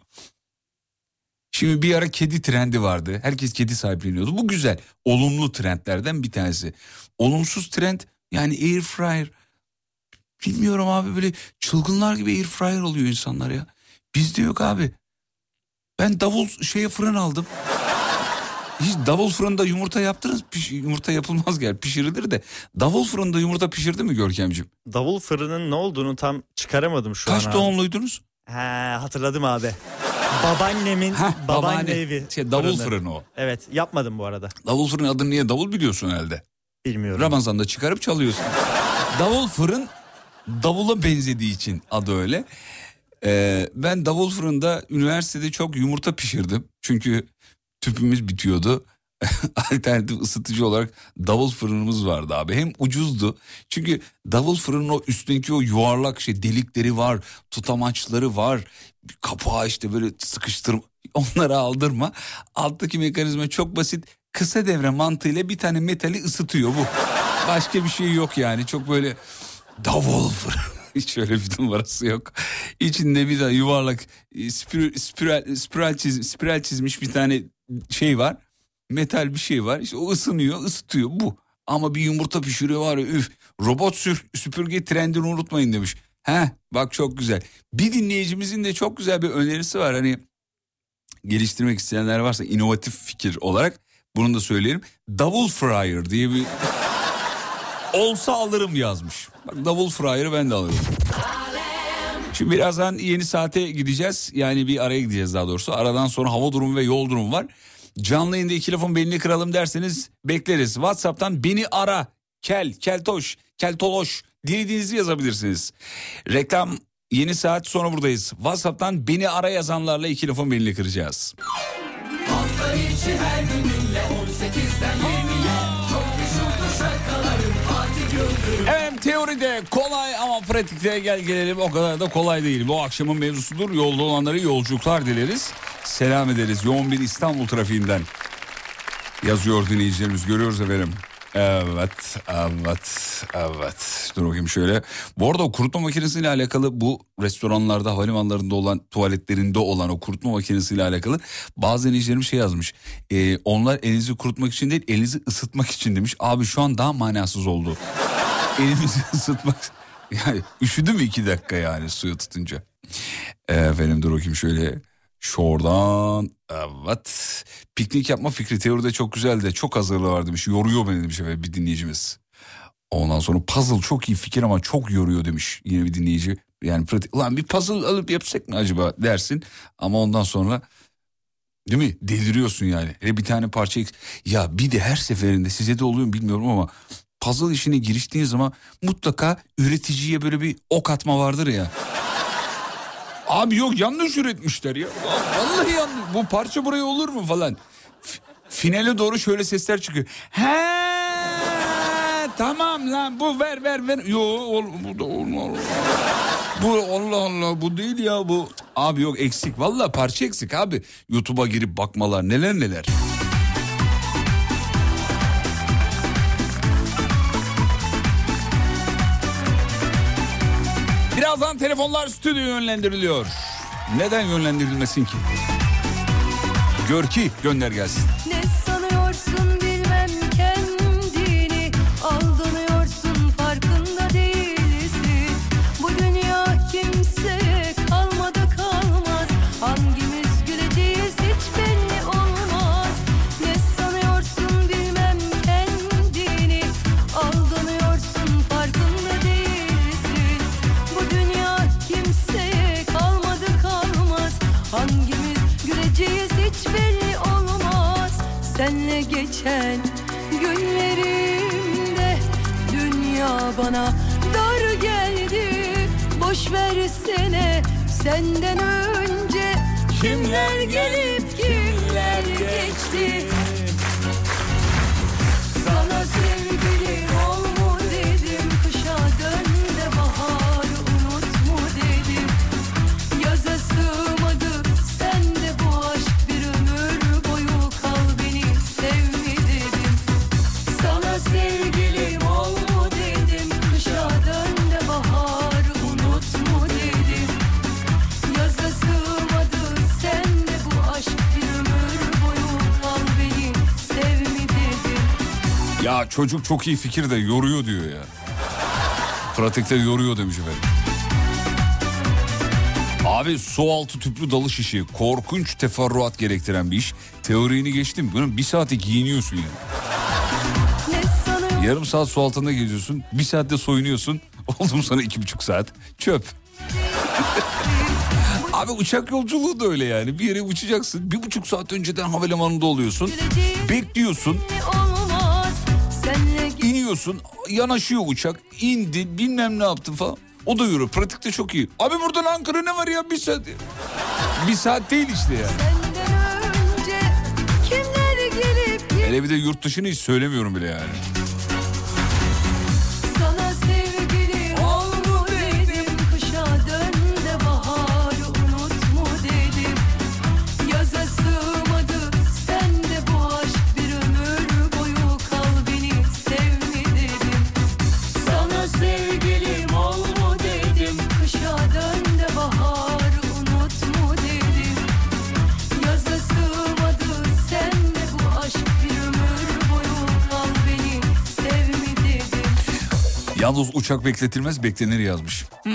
Şimdi bir ara kedi trendi vardı. Herkes kedi sahipleniyordu. Bu güzel. Olumlu trendlerden bir tanesi. Olumsuz trend yani air fryer. Bilmiyorum abi, böyle çılgınlar gibi air fryer oluyor insanlar ya. Bizde yok abi. Ben davul şeye fırın aldım. Hiç davul fırında yumurta yaptınız. Piş, yumurta yapılmaz gel pişirilir de. Davul fırında yumurta pişirdi mi Görkemciğim? Davul fırının ne olduğunu tam çıkaramadım şu Kaç an. Kaç doğumluydunuz? He, hatırladım abi. Babaannemin Heh, babaanne babaanne, evi. Şey, davul fırını. fırını o. Evet, yapmadım bu arada. Davul fırın adını niye davul biliyorsun herhalde? Bilmiyorum. Ramazan'da çıkarıp çalıyorsun. Davul fırın davula benzediği için adı öyle. Ee, ben davul fırında üniversitede çok yumurta pişirdim. Çünkü tüpümüz bitiyordu. Alternatif ısıtıcı olarak davul fırınımız vardı abi. Hem ucuzdu. Çünkü davul fırının o üstündeki o yuvarlak şey delikleri var. Tutamaçları var. Kapağı işte böyle sıkıştırma. Onları aldırma. Alttaki mekanizma çok basit. Kısa devre mantığıyla bir tane metali ısıtıyor bu. Başka bir şey yok yani. Çok böyle davul fırın. Hiç öyle bir numarası yok. İçinde bir de yuvarlak spiral, spiral, spiral, çiz, spiral çizmiş bir tane şey var. Metal bir şey var. İşte o ısınıyor, ısıtıyor bu. Ama bir yumurta pişiriyor var ya, üf. Robot sür, süpürge trendini unutmayın demiş. Heh, bak çok güzel. Bir dinleyicimizin de çok güzel bir önerisi var. Hani geliştirmek isteyenler varsa inovatif fikir olarak bunu da söyleyelim. Davul fryer diye bir olsa alırım yazmış. Bak davul fryer'ı ben de alırım. Şimdi birazdan yeni saate gideceğiz. Yani bir araya gideceğiz daha doğrusu. Aradan sonra hava durumu ve yol durumu var. Canlı yayında iki lafın belini kıralım derseniz bekleriz. WhatsApp'tan beni ara. Kel, keltoş, keltoloş dilediğinizi yazabilirsiniz. Reklam, yeni saat sonra buradayız. WhatsApp'tan beni ara yazanlarla iki lafın belini kıracağız. Hafta içi her gününle on sekizden yirmiye çok meşhurdur şarkıların Fatih Yıldırım. Evet, teoride kolay ama pratikte gel gelelim o kadar da kolay değil. Bu akşamın mevzusudur. Yolda olanlara yolculuklar dileriz. Selam ederiz yoğun bir İstanbul trafiğinden. Yazıyor dinleyicilerimiz, görüyoruz efendim. Evet, evet, evet. Dur bakayım şöyle. Bu arada o kurutma makinesiyle alakalı, bu restoranlarda, havalimanlarında olan, tuvaletlerinde olan o kurutma makinesiyle alakalı bazı dinleyicilerimiz şey yazmış. E, onlar elinizi kurutmak için değil, elinizi ısıtmak için demiş. Abi şu an daha manasız oldu. Elimizi ısıtmak. Yani üşüdü mü iki dakika yani suyu tutunca. E, efendim dur bakayım şöyle. Şuradan evet. Piknik yapma fikri teoride çok güzeldi. Çok hazırlığı var demiş. Yoruyor beni demiş efendim bir dinleyicimiz. Ondan sonra puzzle çok iyi fikir ama çok yoruyor demiş yine bir dinleyici. Yani pratik. Ulan bir puzzle alıp yapsak mı acaba dersin. Ama ondan sonra değil mi? Deliriyorsun yani. Hele bir tane parça eks- ya bir de her seferinde size de oluyor mu bilmiyorum ama puzzle işine giriştiğin zaman mutlaka üreticiye böyle bir ok atma vardır ya. Abi yok yanlış üretmişler ya. Vallahi yanlış. Bu parça buraya olur mu falan. F- finale doğru şöyle sesler çıkıyor. He tamam lan bu ver ver ver. Yok bu da olmaz. Bu Allah Allah bu değil ya bu. Abi yok eksik. Vallahi parça eksik abi. YouTube'a girip bakmalar neler neler. Birazdan telefonlar stüdyoya yönlendiriliyor. Neden yönlendirilmesin ki? Gör ki gönder gelsin. Ne sanıyorsun bilmem kendini, aldanıyorsun farkında değilsin. Bu dünya kimseye kalmadı kalmaz, hangimiz güleceğiz hiç belli olmaz. Ne sanıyorsun bilmem kendini, aldanıyorsun farkında değilsin. Bu dünya kimseye kalmadı kalmaz, hangimiz güleceğiz hiç belli olmaz. Senle geçen günlerimde dünya bana dar geldi. Boş versene senden önce kimler gelip kimler geçti. Sana sevgilim ol mu dedim, kışa dön de baharı unut mu dedim. Yaza sığmadı çocuk çok iyi fikir de yoruyor diyor ya. Pratikte yoruyor demiş efendim. Abi su altı tüplü dalış işi korkunç teferruat gerektiren bir iş. Teorini geçtim. Bunun bir saate giyiniyorsun yani. Yarım saat su altında geziyorsun. Bir saatte soyunuyorsun. Oldu mu sana iki buçuk saat? Çöp. Abi uçak yolculuğu da öyle yani. Bir yere uçacaksın. Bir buçuk saat önceden havalimanında oluyorsun. Bekliyorsun. İniyorsun. Yanaşıyor uçak. İndin bilmem ne yaptın falan. O da yürü. Pratikte çok iyi. Abi buradan Ankara ne var ya bir saat. Bir saat değil işte yani. Hele bir de yurt dışını hiç söylemiyorum bile yani. Yalnız uçak bekletilmez beklenir yazmış. Hmm.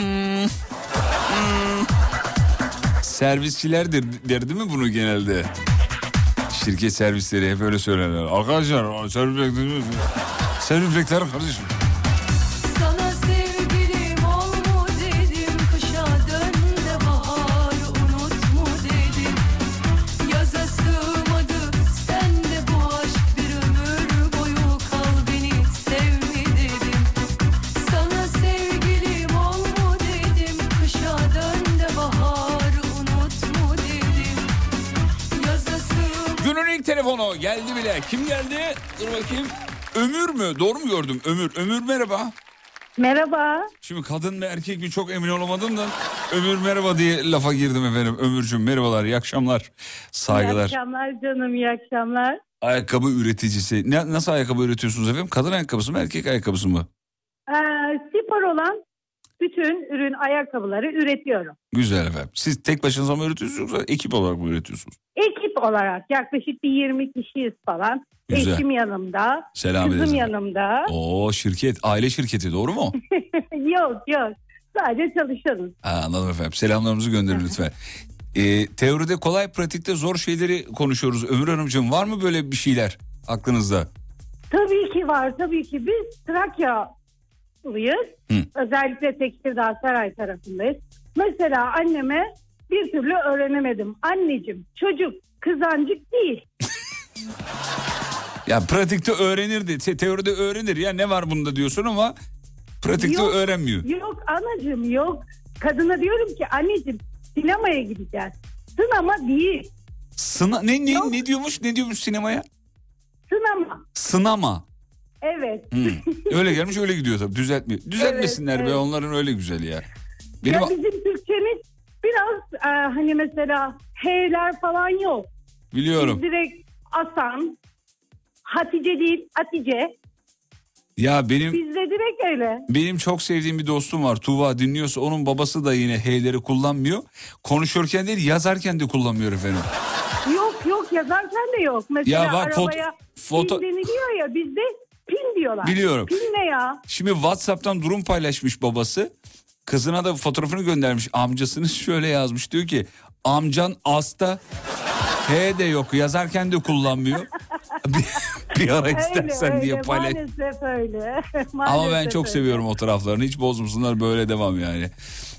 Hmm. Servisçiler der, der değil mi bunu genelde? Şirket servisleri hep öyle söylerler. Arkadaşlar servis bekletilmez. Servis bekler kardeşim. Sana sevgilim ol mu dedim. Kışa dön de baharı unut mu dedim. Yaza sığmadı sen de bu aşk bir ömür boyu kal beni sev mi dedim. Sana sevgilim ol mu dedim. Kışa dön de baharı unut mu dedim. Yaza sığmadı. Günün ilk telefonu geldi bile. Kim geldi? Dur bakayım. Ömür mü? Doğru mu gördüm? Ömür. Ömür merhaba. Merhaba. Şimdi kadın mı erkek mi çok emin olamadım da Ömür merhaba diye lafa girdim efendim. Ömürcüğüm merhabalar, iyi akşamlar. Saygılar. İyi akşamlar canım, iyi akşamlar. Ayakkabı üreticisi. Ne, nasıl ayakkabı üretiyorsunuz efendim? Kadın ayakkabısı mı, erkek ayakkabısı mı? Ee, spor olan bütün ürün ayakkabıları üretiyorum. Güzel efendim. Siz tek başınıza mı üretiyorsunuz yoksa ekip olarak mı üretiyorsunuz? Ekip olarak yaklaşık bir yirmi kişiyiz falan. Güzel. Eşim yanımda, Selam kızım ederiz. yanımda. Oo şirket, aile şirketi doğru mu? Yok yok, sadece çalışanız. Ha, anladım efendim. Selamlarımızı gönderin lütfen. Ee, teoride kolay, pratikte zor şeyleri konuşuyoruz. Ömür Hanımcığım var mı böyle bir şeyler aklınızda? Tabii ki var, tabii ki. Biz Trakyalıyız. Hı. Özellikle Tekirdağ Saray tarafındayız. Mesela anneme bir türlü öğrenemedim. Anneciğim, çocuk kızancık değil. Ya pratikte öğrenirdi. Te- teoride öğrenir ya, ne var bunda diyorsun ama pratikte Yok, öğrenmiyor. Yok anacığım yok. Kadına diyorum ki anneciğim sinemaya gideceğiz. Sınama değil. Sına ne ne Yok. ne diyormuş? Ne diyormuş sinemaya? Sınama. Sınama. Evet. Hmm. Öyle gelmiş öyle gidiyor tabii. Düzeltmiyor. Düzeltmesinler Evet, be, evet. onların öyle güzel ya. Benim Ya bizim Türkçemiz biraz e, hani mesela H'ler falan yok. biliyorum. Biz direkt Hasan, Hatice değil Hatice. Ya benim Bizde direkt öyle. benim çok sevdiğim bir dostum var. Tuğba, dinliyorsa onun babası da yine H'leri kullanmıyor. Konuşurken değil, yazarken de kullanmıyor efendim. Yok yok yazarken de yok. Mesela Ya bak, foto- arabaya foto- pin deniliyor ya, bizde pin diyorlar. Biliyorum. Pin ne ya? Şimdi WhatsApp'tan durum paylaşmış babası. Kızına da fotoğrafını göndermiş. Amcasını şöyle yazmış. Diyor ki amcan hasta. H de yok. Yazarken de kullanmıyor. bir, bir ara istersen öyle, diye öyle, paylaş. Maalesef öyle. Ama ben Maalesef çok öyle. seviyorum o taraflarını. Hiç bozmasınlar, böyle devam yani.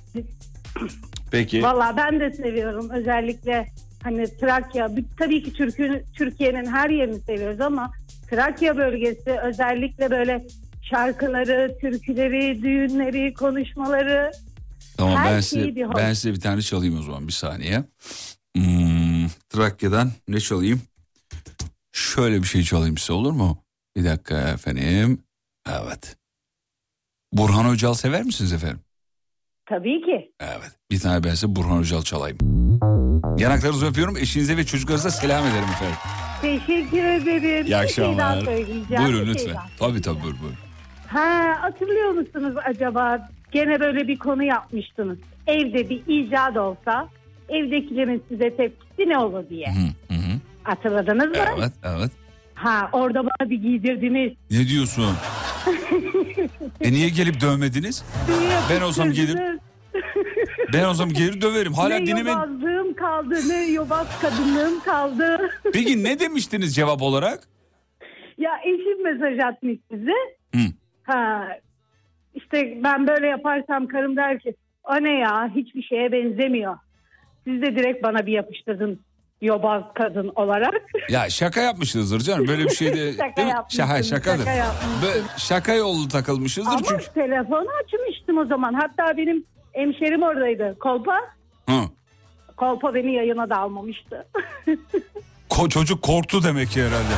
Peki. Valla ben de seviyorum. Özellikle hani Trakya. Tabii ki Türkiye'nin Türkiye'nin her yerini seviyoruz ama Trakya bölgesi özellikle böyle şarkıları, türküleri, düğünleri, konuşmaları. Tamam, her ben şeyi size, bir hoş. ben size bir tane çalayım o zaman, bir saniye. Hmm, Trakya'dan ne çalayım? Şöyle bir şey çalayım size, olur mu? Bir dakika efendim. Evet. Burhan Öcal sever misiniz efendim? Tabii ki. Evet. Bir tane ben size Burhan Öcal çalayım. Yanaklarınızı öpüyorum. Eşinize ve çocuklarınıza selam ederim efendim. Teşekkür ederim. İyi akşamlar. Bir şey daha söyleyeceğim. Buyurun Bir şey lütfen. daha. Tabii tabii buyur buyur. Ha, hatırlıyor musunuz acaba? Gene böyle bir konu yapmıştınız. Evde bir icat olsa evdekilerin size tepkisi ne olur diye. Hı hı. Hatırladınız mı? Evet evet. Ha, orada bana bir giydirdiniz. Ne diyorsun? E niye gelip dövmediniz? Ben olsam gelir. Ben olsam gelir döverim. Hala ne dinleme... yobazlığım kaldı, ne yobaz kadınlığım kaldı. Peki ne demiştiniz cevap olarak? Ya eşim mesaj atmış size. Hı. Ha, işte ben böyle yaparsam karım der ki o ne ya, hiçbir şeye benzemiyor. Siz de direkt bana bir yapıştırdın yobaz kadın olarak. Ya şaka yapmışızdır canım, böyle bir şey de. Şaka değil mi? yapmışsın, Şaka, şakadır. şaka yapmışsın. Böyle şaka yollu takılmışızdır Ama çünkü. telefonu açmıştım o zaman. Hatta benim hemşerim oradaydı. Kolpa. Hı. Kolpa beni yayına da almamıştı. Ko- çocuk korktu demek ki herhalde.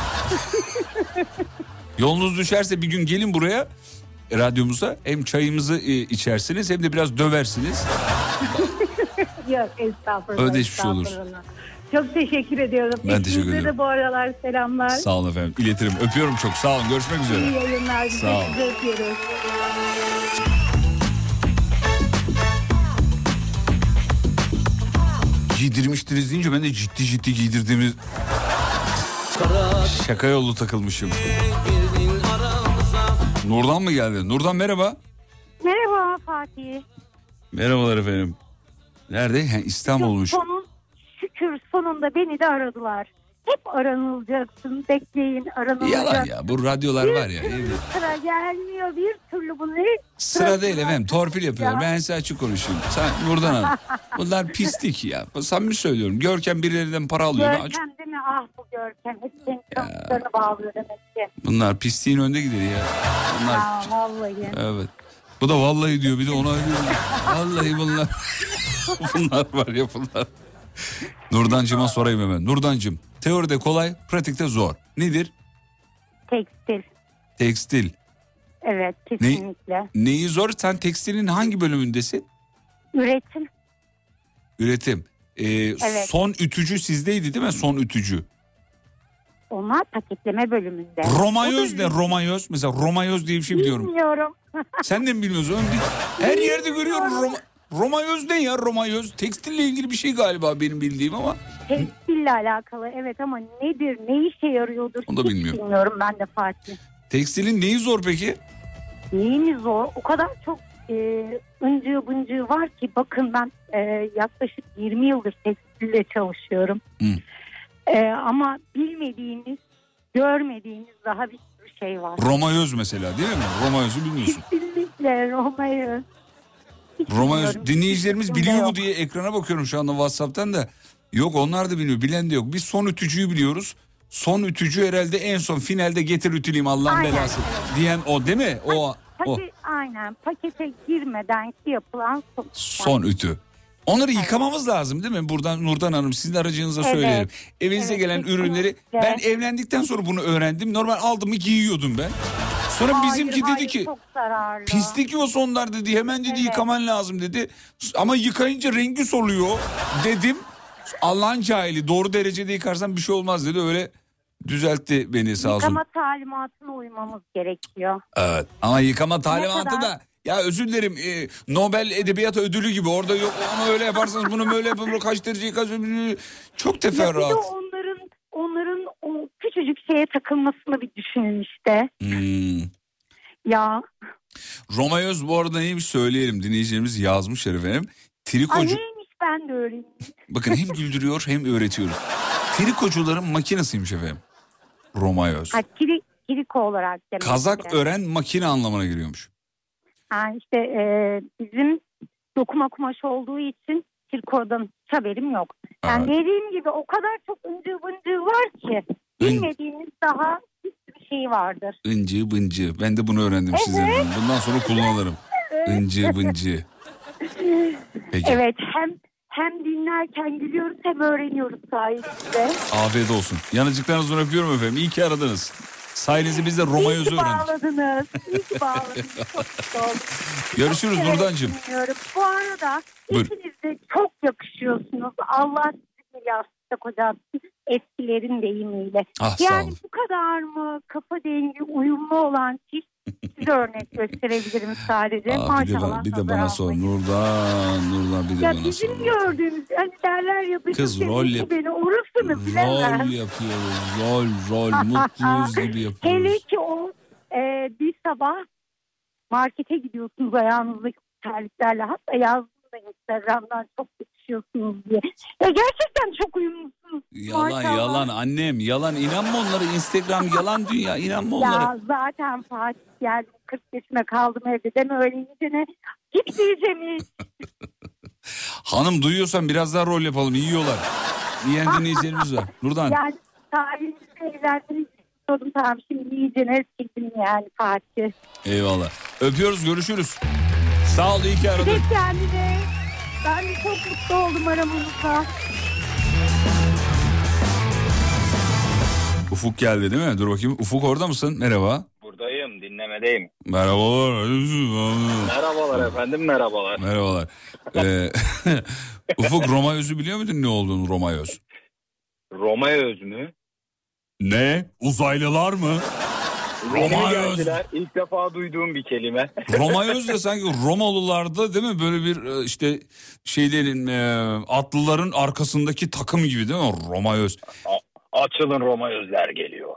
Yolunuz düşerse bir gün gelin buraya, radyomuza, hem çayımızı e, içersiniz hem de biraz döversiniz. Yok, estağfurullah. Ödeşmiş olur. Çok teşekkür ediyorum. Ben teşekkür Eşinize ederim. de bu aralar selamlar. Sağ olun efendim, iletirim, öpüyorum çok, sağ olun, görüşmek üzere. İyi yayınlar. Biz Sağ de olun. sizi öpüyoruz. Giydirmiştiniz deyince ben de ciddi ciddi giydirdiğimiz... Şaka yollu takılmışım. Nurdan mı geldi? Nurdan merhaba. Merhaba Fatih. Merhabalar efendim. Nerede? Ha, İstanbul'muş. Sonun, şükür sonunda beni de aradılar. Hep aranılacaksın, bekleyin aranılacaksın. Yalan ya, bu radyolar var ya. Evet. Sıra gelmiyor bir türlü bunu. Sıra değil efendim, torpil yapıyorlar. Ben size açık konuşayım. Sen Nurdan Hanım. Bunlar pislik ya. Samimi söylüyorum. Görkem birilerinden para alıyor. Ben açık- Görkem değil mi? Ah bu Görkem. Hep senin tanıdıklarını bağlıyor demek ki. Bunlar pisliğin önde gider ya. Bunlar... Ya vallahi. Evet. Bu da vallahi diyor, bir de ona diyor. Vallahi bunlar. Bunlar var ya bunlar. Nurdancığıma sorayım hemen. Nurdancığım, teoride kolay, pratikte zor. Nedir? Tekstil. Tekstil. Evet kesinlikle. Ne, neyi zor? Sen tekstilin hangi bölümündesin? Üretim. Üretim. Ee, Evet. Son ütücü sizdeydi değil mi? Son ütücü. Onlar paketleme bölümünde. Romayoz O ne? da- Romayoz. Mesela Romayoz diye bir şey biliyorum. Bilmiyorum. Sen de mi bilmiyorsun? Bir- Her yerde görüyorum. Roma, Romayoz ne ya? Romayoz. Tekstille ilgili bir şey galiba benim bildiğim ama. Tekstille alakalı evet ama nedir, ne işe yarıyordur Onu da hiç bilmiyorum. bilmiyorum ben de Fatih. Tekstilin neyi zor peki? Neyini zor? O kadar çok e, ıncığı bıncığı var ki bakın ben e, yaklaşık yirmi yıldır tekstille çalışıyorum. Hı. E, ama bilmediğiniz, görmediğiniz daha bir sürü şey var. Romayoz mesela değil mi? Romayoz'u bilmiyorsun. Kesinlikle Roma'yı. Hiç Romayoz bilmiyorum. dinleyicilerimiz Hiç biliyor mu yok. diye ekrana bakıyorum şu anda WhatsApp'tan da. Yok, onlar da bilmiyor. Bilen de yok. Biz son ütücüyü biliyoruz. Son ütücü herhalde en son finalde getir ütüleyim Allah'ın Aynen, belası evet. diyen o değil mi? O o Paki, aynen pakete girmeden ki yapılan son. son ütü. Onları yıkamamız lazım değil mi? Buradan Nurdan Hanım sizin aracınıza Evet. söyleyelim. Evinize Evet, gelen kesinlikle. ürünleri ben evlendikten sonra bunu öğrendim. Normal aldım mı giyiyordum ben. Sonra Hayır, bizimki dedi hayır, ki çok zararlı. pislik yiyorsa onlar dedi, hemen dedi Evet. yıkaman lazım dedi. Ama yıkayınca rengi soluyor dedim. Allah'ın cahili, doğru derecede yıkarsan bir şey olmaz dedi, öyle düzeltti beni sağ olsun. Yıkama talimatına uymamız gerekiyor. Evet, ama yıkama talimatı kadar? da ya özür dilerim e, Nobel Edebiyat Ödülü gibi, orada yok onu öyle yaparsanız bunu böyle yapın, kaç dereceyi kaç çok Ya bir de teferruat. onların onların o küçücük şeye takılmasını bir düşünün işte. Hmm. Ya. Romayoz bu arada neymiş söyleyelim, dinleyicilerimiz yazmışlar efendim. Ay Trikocu, neymiş ben de öğreneyim. bakın hem güldürüyor hem öğretiyoruz. Trikocuların makinasıymış efendim. Romayoz. Ha, kiri, kiriko olarak demek. Kazak ki. ören makine anlamına geliyormuş. Ha, işte e, bizim dokuma kumaşı olduğu için kirikodan hiç haberim yok. Yani Evet. dediğim gibi o kadar çok ıncı bıncı var ki bilmediğiniz daha bir sürü şey vardır. İncı bıncı. Ben de bunu öğrendim sizden. Bundan sonra kullanırım. İncı bıncı. Peki. Evet hem hem dinlerken gülüyoruz hem öğreniyoruz sayenizde. Afiyet olsun. Yanıcıklarınızdan öpüyorum efendim. İyi ki aradınız. Sayenizde biz de Romayoz'u İyi ki öğrendik. bağladınız. İyi ki bağladınız. Çok mutlu oldum. Görüşürüz Evet, Nurdancığım. dinliyorum. Bu arada Buyur. ikiniz de çok yakışıyorsunuz. Allah sizi yastıkta kocatsın. Eskilerin deyimiyle. Ah, sağ yani olun. bu kadar mı kafa dengi uyumlu olan çift bir örnek gösterebilirim sadece. Aa, bir de, Maşallah. ben, bir de nazar bana sor. almayın. Nurdan, Nurdan bir de Ya bana bizim sor. gördüğümüz hani derler ya dış Kız, ses rol ki yap- beni orasını Rol bilemem. yapıyoruz. Rol, rol. Mutluyuz gibi Hele yapıyoruz. ki o e, bir sabah markete gidiyorsunuz ayağınızdaki terliklerle. Hatta yazdım da Instagram'dan çok yakışıyorsunuz diye. Ya gerçekten çok uyumlusunuz. Yalan Maşallah. yalan annem yalan, inanma onlara. Instagram yalan dünya, inanma onlara. Ya zaten Fatih geldim kırk yaşına kaldım evde deme öyle iyicene. Hiç diyeceğim hiç. Hanım duyuyorsan biraz daha rol yapalım, yiyorlar. Yiyen dinleyicilerimiz var. Nurdan. Yani sahilinizle evlendiğiniz istiyordum tamam şimdi iyicene sildim yani Fatih. Eyvallah. Öpüyoruz, görüşürüz. Sağ ol, iyi ki aradın. Tek kendine. Ben de çok mutlu oldum aramızda. Ufuk geldi değil mi? Dur bakayım. Ufuk orada mısın? Merhaba. Buradayım, dinlemedeyim. Merhabalar. Merhabalar efendim, merhabalar. Merhabalar. Ee, Ufuk, Roma Öz'ü biliyor muydun ne olduğunu, Roma Öz? Roma Öz mü? Ne? Uzaylılar mı? Yeni Roma Öz. geldiler. İlk defa duyduğum bir kelime. Roma Öz de sanki Romalılarda değil mi? Böyle bir e, işte şeylerin e, atlıların arkasındaki takım gibi değil mi? Roma Öz. A- açılın Roma Özler geliyor.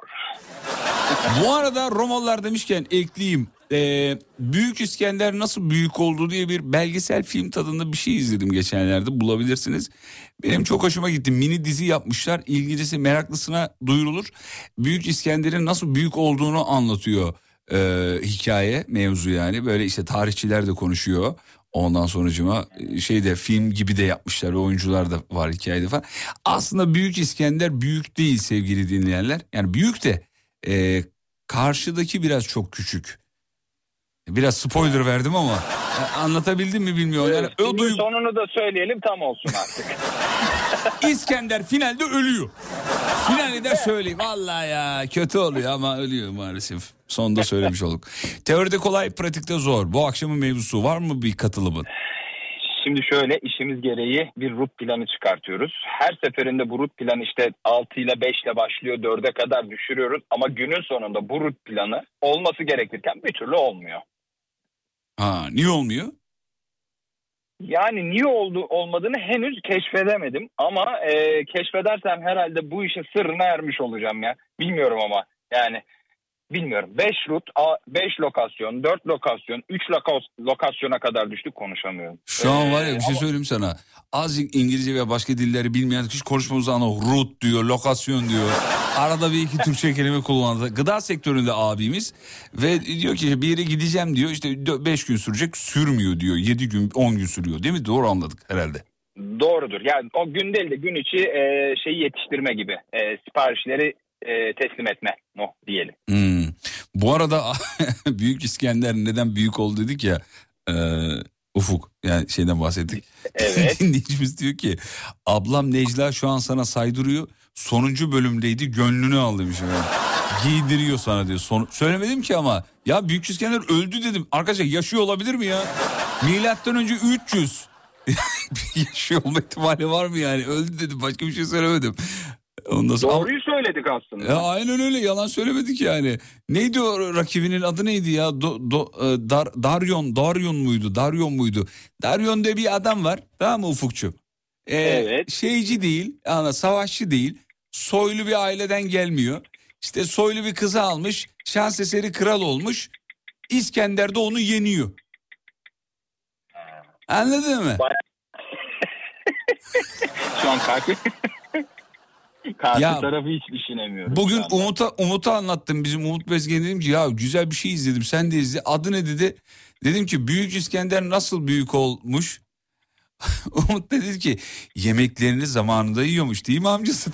Bu arada Romalılar demişken ekleyeyim. Ee, Büyük İskender nasıl büyük oldu diye bir belgesel film tadında bir şey izledim geçenlerde, bulabilirsiniz. Benim çok hoşuma gitti. Mini dizi yapmışlar. İlgilisi meraklısına duyurulur. Büyük İskender'in nasıl büyük olduğunu anlatıyor e, hikaye, mevzu yani. Böyle işte tarihçiler de konuşuyor. Ondan sonracıma şeyde film gibi de yapmışlar. Oyuncular da var hikayede falan. Aslında Büyük İskender büyük değil sevgili dinleyenler. Yani büyük de e, karşıdaki biraz çok küçük. Biraz spoiler verdim ama anlatabildim mi bilmiyorum. Yani Evet, o duygu... sonunu da söyleyelim tam olsun artık. İskender finalde ölüyor. Finali de söyleyeyim. Vallahi ya kötü oluyor ama ölüyor maalesef. Sonunda söylemiş olduk. Teoride kolay, pratikte zor. Bu akşamın mevzusu var mı bir katılımın? Şimdi şöyle, işimiz gereği bir rut planı çıkartıyoruz. Her seferinde bu rut planı işte altı ile beş ile başlıyor, dörde kadar düşürüyoruz. Ama günün sonunda bu rut planı olması gerekirken bir türlü olmuyor. Ha, niye olmuyor? Yani niye oldu olmadığını henüz keşfedemedim. Ama e, keşfedersem herhalde bu işin sırrına ermiş olacağım ya. Bilmiyorum ama yani bilmiyorum. beş rut, beş lokasyon, dört lokasyon, üç lokasyona kadar düştük, konuşamıyorum. Şu an var ya bir Ee, şey ama... söyleyeyim sana. Azıcık İngilizce ve başka dilleri bilmeyen hiç konuşmamızda ana route diyor, lokasyon diyor. Arada bir iki Türkçe kelime kullandı. Gıda sektöründe abimiz ve diyor ki bir yere gideceğim diyor, işte beş gün sürecek, sürmüyor diyor. yedi gün on gün sürüyor değil mi? Doğru anladık herhalde. Doğrudur. Yani o gün değil de gün içi e, şeyi yetiştirme gibi. E, siparişleri e, teslim etme no diyelim. Hmm. Bu arada Büyük İskender neden büyük oldu dedik ya, e, Ufuk, yani şeyden bahsettik. Evet. Dinleyicimiz diyor ki ablam Necla şu an sana saydırıyor, sonuncu bölümdeydi gönlünü al demiş. Yani. Giydiriyor sana diyor. Son... Söylemedim ki ama ya Büyük İskender öldü dedim. Arkadaşlar yaşıyor olabilir mi ya? Milattan önce üç yüz. Yaşıyor olma ihtimali var mı yani? Öldü dedim, başka bir şey söylemedim. Ondan sonra... Doğruyu söyledik aslında. Ya aynen öyle, yalan söylemedik yani. Neydi o rakibinin adı neydi ya? Do, do, Dar, Daryon, Daryon muydu? Daryon muydu? Daryon diye bir adam var. Tamam mı Ufukçum? Ee, evet. Şeyci değil, yani savaşçı değil. Soylu bir aileden gelmiyor. İşte soylu bir kızı almış. Şans eseri kral olmuş. İskender de onu yeniyor. Anladın mı? Şu an karşı, karşı ya, tarafı hiç düşünemiyorum. Bugün Umut'a Umut'a anlattım, bizim Umut Bezgin, dedim ki ya güzel bir şey izledim, sen de izle. Adı ne dedi? Dedim ki Büyük İskender nasıl büyük olmuş? Umut dedi ki yemeklerini zamanında yiyormuş değil mi amcası?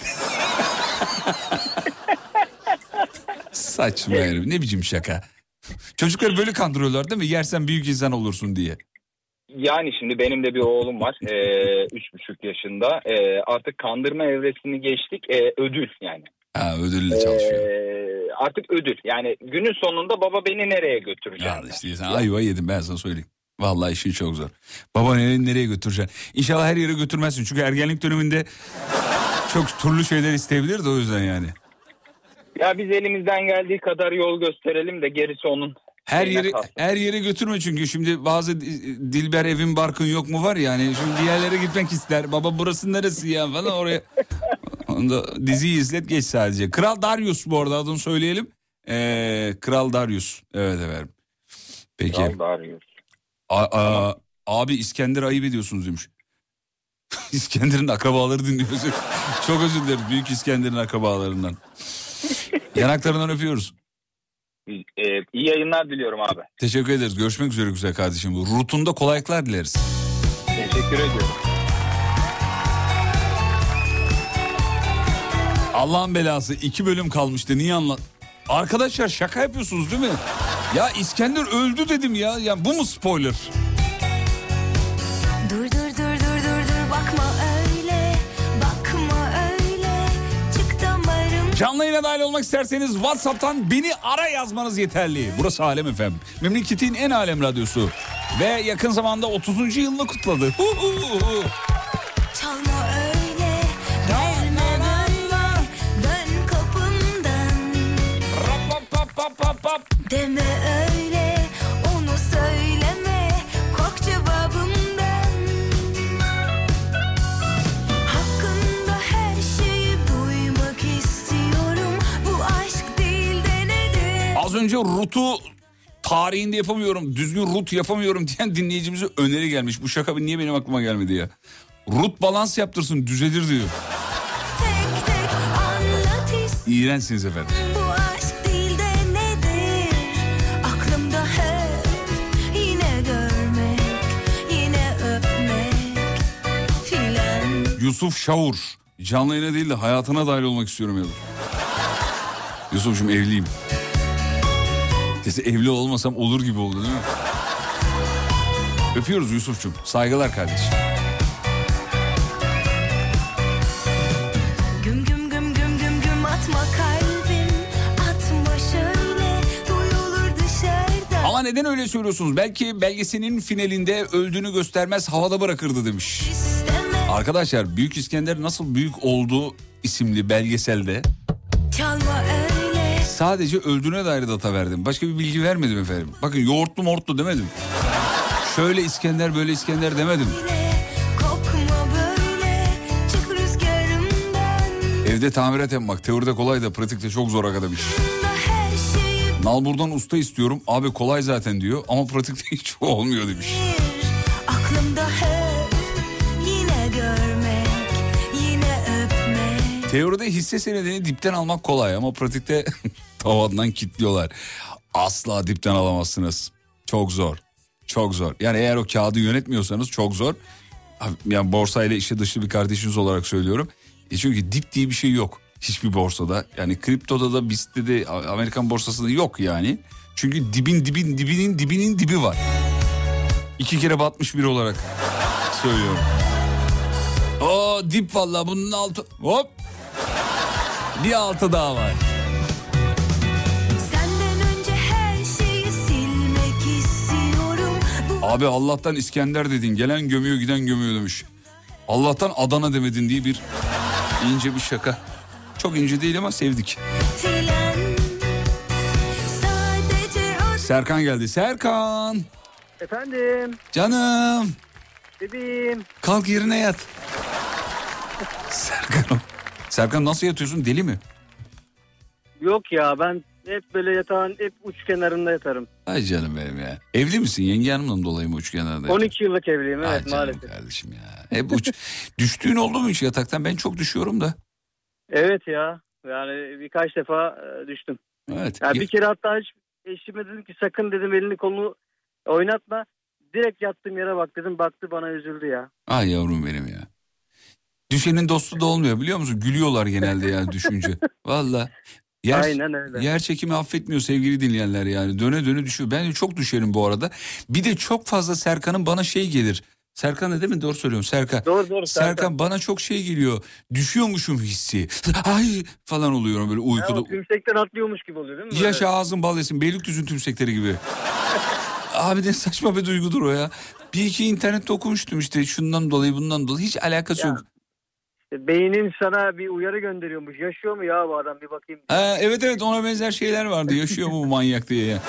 Saçma herif, ne biçim şaka. Çocukları böyle kandırıyorlar değil mi? Yersen büyük insan olursun diye. Yani şimdi benim de bir oğlum var. Ee, üç buçuk yaşında. Ee, artık kandırma evresini geçtik. Ee, ödül yani. Ha, ödülle çalışıyor. Ee, artık ödül. Yani günün sonunda baba beni nereye götürecek? Ya işte sen ayva yedin, ben sana söyleyeyim. Vallahi işin çok zor. Baba nereye, nereye götüreceksin? İnşallah her yere götürmezsin. Çünkü ergenlik döneminde çok türlü şeyler isteyebilir de, o yüzden yani. Ya biz elimizden geldiği kadar yol gösterelim de gerisi onun Her Şeyine yeri kalsın. her yere götürme çünkü şimdi bazı Dilber evin barkın yok mu var ya, hani şimdi bir yerlere gitmek ister. Baba burası neresi ya falan, oraya. Onda diziyi izlet geç sadece. Kral Darius bu arada, adını söyleyelim. Ee, Kral Darius. Evet efendim. Peki. Kral Darius. A- a- abi İskender ayıp ediyorsunuz demiş. İskender'in akrabaları dinliyoruz. Çok özür dileriz Büyük İskender'in akrabalarından. Yanaklarından öpüyoruz. Ee, iyi yayınlar diliyorum abi. Teşekkür ederiz. Görüşmek üzere güzel kardeşim. Rutunda kolaylıklar dileriz. Teşekkür ediyorum. Allah'ın belası iki bölüm kalmıştı. Niye anlat? Arkadaşlar şaka yapıyorsunuz değil mi? Ya İskender öldü dedim ya. Ya bu mu spoiler? Dur dur dur dur dur dur bakma öyle, bakma öyle, çık damarım. Canlı yayına dahil olmak isterseniz WhatsApp'tan beni ara yazmanız yeterli. Burası Alem F M. Memleketin en alem radyosu. Ve yakın zamanda otuzuncu yılını kutladı. Hu hu hu. Çalma öyle, gelme böyle, dön kapımdan. Rap, pap, pap, pap, pap. Deme öyle, onu söyleme, kork cevabımdan. Hakkında her şeyi duymak istiyorum, bu aşk değil de nedir? Az önce Rut'u tarihinde yapamıyorum, düzgün Rut yapamıyorum diyen dinleyicimize öneri gelmiş. Bu şaka niye benim aklıma gelmedi ya? Rut balans yaptırsın, düzelir diyor. Tek tek anlat istiyorum. İğrençsiniz efendim. Bu aşk değil de nedir? Aklımda hep yine görmek, yine öpmek filan. Yusuf Şavur. Canlı yayına değil de hayatına dahil olmak istiyorum ya. Yusuf'cum evliyim. Kesin evli olmasam olur gibi oldu değil mi? Öpüyoruz Yusuf'cum. Saygılar kardeşim. Güm güm güm güm güm güm atma kalbim, atma şöyle, duyulur dışarıda. Ama neden öyle söylüyorsunuz? Belki belgeselinin finalinde öldüğünü göstermez, havada bırakırdı demiş. İsteme, Arkadaşlar Büyük İskender nasıl büyük oldu isimli belgeselde çalma öyle. sadece öldüğüne dair data verdim. Başka bir bilgi vermedim efendim. Bakın yoğurtlu mortlu demedim. Şöyle İskender böyle İskender demedim. Kokma böyle, çık rüzgarımdan. Evde tamirat yapmak teoride kolay da pratikte çok zor aga demiş. Her şeyi Nalbur'dan usta istiyorum. Abi kolay zaten diyor ama pratikte hiç olmuyor demiş. bir, aklımda hep yine görmek, yine öpmek. Teoride hisse senedini dipten almak kolay ama pratikte tavandan kilitliyorlar. Asla dipten alamazsınız. Çok zor. Çok zor. Yani eğer o kağıdı yönetmiyorsanız çok zor. Yani borsayla işe dışlı bir kardeşiniz olarak söylüyorum. E çünkü dip diye bir şey yok hiçbir borsada. Yani kriptoda da B I S T'te de Amerikan borsasında yok yani. Çünkü dibin dibin dibinin dibinin dibi var. İki kere batmış biri olarak söylüyorum. O dip vallahi bunun altı hop. Bir altı daha var. Senden önce her şeyi silmek istiyorum. Bu Abi Allah'tan İskender dedin, gelen gömüyor giden gömüyor demiş. Allah'tan Adana demedin diye bir ince bir şaka. Çok ince değil ama sevdik. filan. Sadece o Serkan geldi. Serkan. Efendim, Canım. bebeğim. Kalk yerine yat. Serkan. Serkan nasıl yatıyorsun, deli mi? Yok ya, ben hep böyle yatağın hep uç kenarında yatarım. Ay canım benim ya. Evli misin? Yenge hanımla dolayı mı uç kenarda? on iki yıllık evliyim, Ay evet canım maalesef. kardeşim ya. Hep uç. Düştüğün oldu mu hiç yataktan? Ben çok düşüyorum da. Evet ya, yani birkaç defa e, düştüm. Evet. Yani bir kere hatta hiç eşime dedim ki sakın dedim elini kolunu oynatma. Direkt yattığım yere bak dedim, baktı bana, üzüldü ya. Ay yavrum benim ya. Düşenin dostu da olmuyor biliyor musun? Gülüyorlar genelde yani düşünce. Valla. Yer, Aynen öyle. yer çekimi affetmiyor sevgili dinleyenler yani. Döne döne düşüyor. Ben de çok düşerim bu arada. Bir de çok fazla Serkan'ın bana şey gelir. Serkan ne değil mi? Doğru söylüyorum Serkan. Doğru doğru. Serkan, Serkan. bana çok şey geliyor. Düşüyormuşum hissi. Ay falan oluyorum böyle Ya, uykuda. o tümsekten atlıyormuş gibi oluyor değil mi? Yaşa Böyle? ağzın bal yesin. Beylikdüzü'nün tümsekleri gibi. Abi ne saçma bir duygudur o ya. Bir iki internette okumuştum işte şundan dolayı bundan dolayı. Hiç alakası Ya. yok. Beynin sana bir uyarı gönderiyormuş. Yaşıyor mu ya bu adam, bir bakayım. Ha, evet evet, ona benzer şeyler vardı. Yaşıyor mu bu manyak diye ya.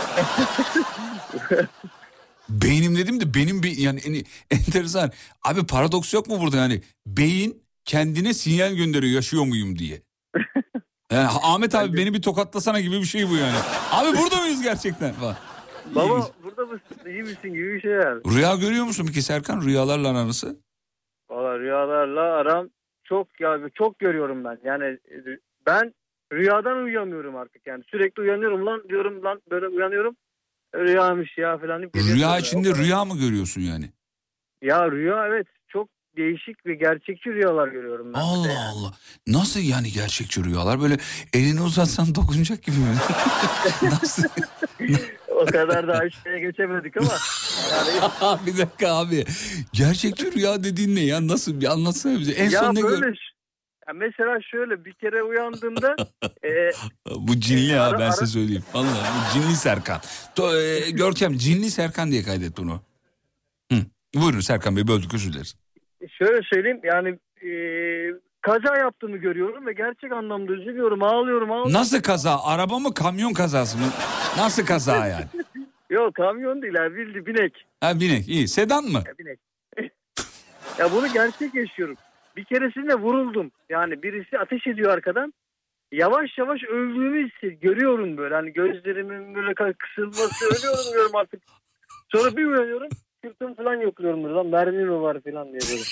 Beynim dedim de benim bir yani en, enteresan. Abi paradoks yok mu burada yani? Beyin kendine sinyal gönderiyor yaşıyor muyum diye. Yani Ahmet abi beni bir tokatlasana gibi bir şey bu yani. Abi burada mıyız gerçekten? Bak. Baba burada mısın, iyi misin gibi bir şey yani. Rüya görüyor musun peki Serkan? Rüyalarla arası? Valla rüyalarla aram çok ya, çok görüyorum ben. Yani ben rüyadan uyuyamıyorum artık yani. Sürekli uyanıyorum lan diyorum, lan böyle uyanıyorum. Rüyamış ya falan deyip geliyorum. Rüya içinde rüya mı görüyorsun yani? Ya rüya, evet, çok değişik ve gerçekçi rüyalar görüyorum ben. Allah yani. Allah. Nasıl yani gerçekçi rüyalar? Böyle elini uzatsan dokunacak gibi mi? Nasıl? O kadar da aşağıya geçemedik ama. Yani... bir dakika abi. Gerçekçi rüya dediğin ne ya? Nasıl? Bir anlatsana bize. En ya son ne böyle, gör... ya mesela şöyle bir kere uyandığımda. e, bu cinli e, ha ara, ben ara... size söyleyeyim. Vallahi bu cinli Serkan. To, e, Görkem cinli Serkan diye kaydet bunu. Hı. Buyurun Serkan Bey, böldük, özür dileriz. Şöyle söyleyeyim yani e, kaza yaptığımı görüyorum ve gerçek anlamda üzülüyorum, ağlıyorum, ağlıyorum. Nasıl kaza? Araba mı, kamyon kazası mı? Nasıl kaza yani? Yok, kamyon değil abi, bildi binek. Ha binek, iyi. Sedan mı? Ya, binek. Ya bunu gerçek yaşıyorum. Bir keresinde vuruldum. Yani birisi ateş ediyor arkadan. Yavaş yavaş öldüğümü hissediyorum. Görüyorum böyle. Hani gözlerimin böyle kısılması, ölüyorum diyorum artık. Sonra bir uyanıyorum. Sırtım falan yokluyorum buradan. Mermi mi var falan diye böyle.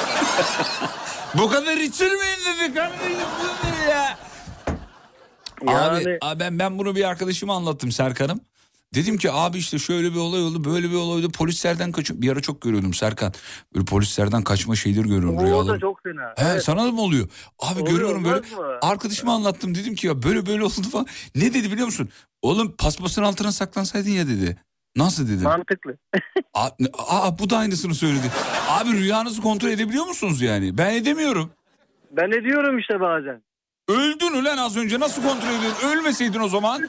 Bu kadar içirmeyin dedi kardeşim ya. Yani... Abi, abi ben, ben bunu bir arkadaşıma anlattım Serkan'ım. Dedim ki abi işte şöyle bir olay oldu, böyle bir olay oldu. Polislerden kaçıp bir ara çok görüyordum Serkan. Böyle polislerden kaçma şeyleri görüyorum. O da çok fena. He, evet. Sana da mı oluyor? Abi oluyor, görüyorum böyle. mı? Arkadaşıma anlattım, dedim ki ya böyle böyle oldu falan. Ne dedi biliyor musun? Oğlum paspasın altına saklansaydın ya dedi. Nasıl dedim? Mantıklı. Aa, aa, bu da aynısını söyledi. Abi rüyanızı kontrol edebiliyor musunuz yani? Ben edemiyorum. Ben ediyorum işte bazen. Öldün ulan az önce, nasıl kontrol ediyorsun? Ölmeseydin o zaman.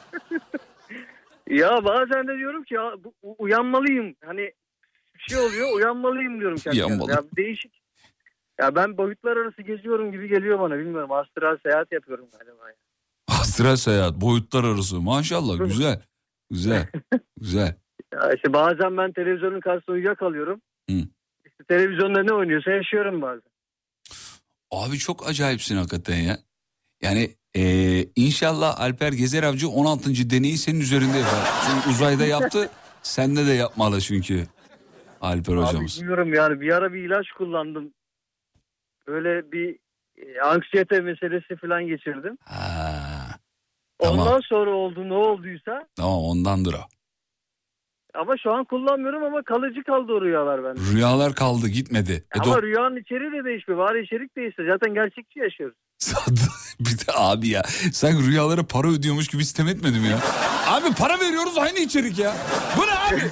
Ya bazen de diyorum ki ya, bu, uyanmalıyım. Hani bir şey oluyor, uyanmalıyım diyorum kendime. Ya değişik. Ya ben boyutlar arası geziyorum gibi geliyor bana, bilmiyorum. Astral seyahat yapıyorum galiba. Astral seyahat, boyutlar arası. Maşallah güzel. Güzel. Güzel. Ya işte bazen ben televizyonun karşısında uyuyakalıyorum. Hı. İşte televizyonda ne oynuyorsa yaşıyorum bazen. Abi çok acayipsin hakikaten ya. Yani ee, inşallah Alper Gezer Avcı on altıncı deneyi senin üzerinde yapar. Çünkü uzayda yaptı, sende de yapmalı çünkü Alper hocamız. Abi bilmiyorum yani, bir ara bir ilaç kullandım. Böyle bir e, anksiyete meselesi falan geçirdim. Ha, tamam. Ondan sonra oldu ne olduysa. Tamam, ondandır o. Ama şu an kullanmıyorum ama kalıcı kaldı o rüyalar bende. Rüyalar kaldı, gitmedi. Ama e do- rüyanın içeriği de değişmiyor. Bari içerik değişse. Zaten gerçekçi yaşıyoruz. Bir de abi ya, sen rüyalara para ödüyormuş gibi sistem etmedim ya. Abi para veriyoruz, aynı içerik ya. Bu ne abi?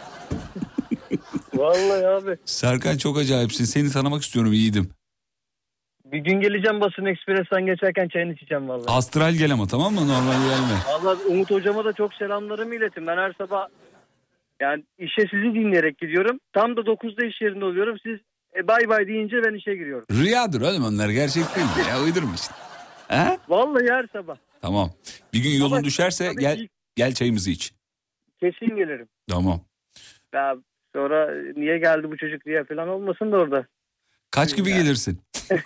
Vallahi abi. Serkan çok acayipsin. Seni tanımak istiyorum, yiğidim. Bir gün geleceğim, Basın Ekspres'ten geçerken çayını içeceğim vallahi. Astral gel ama, tamam mı? Normal gelme. Vallahi Umut hocama da çok selamlarımı iletin. Ben her sabah yani işe sizi dinleyerek gidiyorum. Tam da dokuzda iş yerinde oluyorum. Siz e, bay bay deyince ben işe giriyorum. Rüyadır oğlum onlar, gerçek değil ya, uydurmuşsun. He? Vallahi her sabah. Tamam. Bir gün yolun Ama düşerse gel ilk... gel çayımızı iç. Kesin gelirim. Tamam. Ya sonra niye geldi bu çocuk diye falan olmasın da orada. Kaç gibi gelirsin?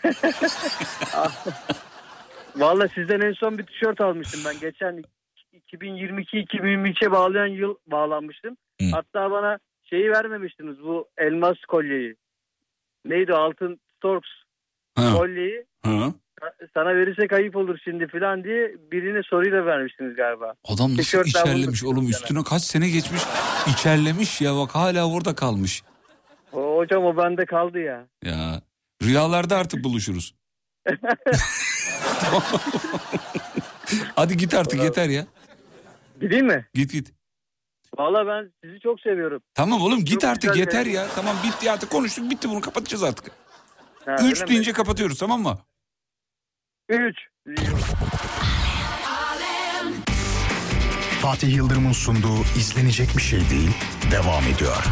Vallahi sizden en son bir tişört almıştım ben. Geçen iki bin yirmi iki iki bin yirmi üçe bağlayan yıl bağlanmıştım. Hı. Hatta bana şeyi vermemiştiniz, bu elmas kolyeyi. Neydi o, altın Storks ha. kolyeyi. Ha. Sana verirsek ayıp olur şimdi falan diye birine soruyla vermiştiniz galiba. Adam nasıl Tişörtler içerlemiş oğlum, üstüne yani. Kaç sene geçmiş, içerlemiş ya, bak hala orada kalmış. O, hocam o bende kaldı ya. Ya rüyalarda artık buluşuruz. Hadi git artık, vallahi yeter ya. Gideyim mi? Git git. Vallahi ben sizi çok seviyorum. Tamam oğlum git çok artık yeter yani. Ya. Tamam bitti artık, konuştuk bitti, bunu kapatacağız artık. Ha, Üç deyince mi? Kapatıyoruz, tamam mı? Üç. Fatih Yıldırım'ın sunduğu izlenecek bir şey değil devam ediyor.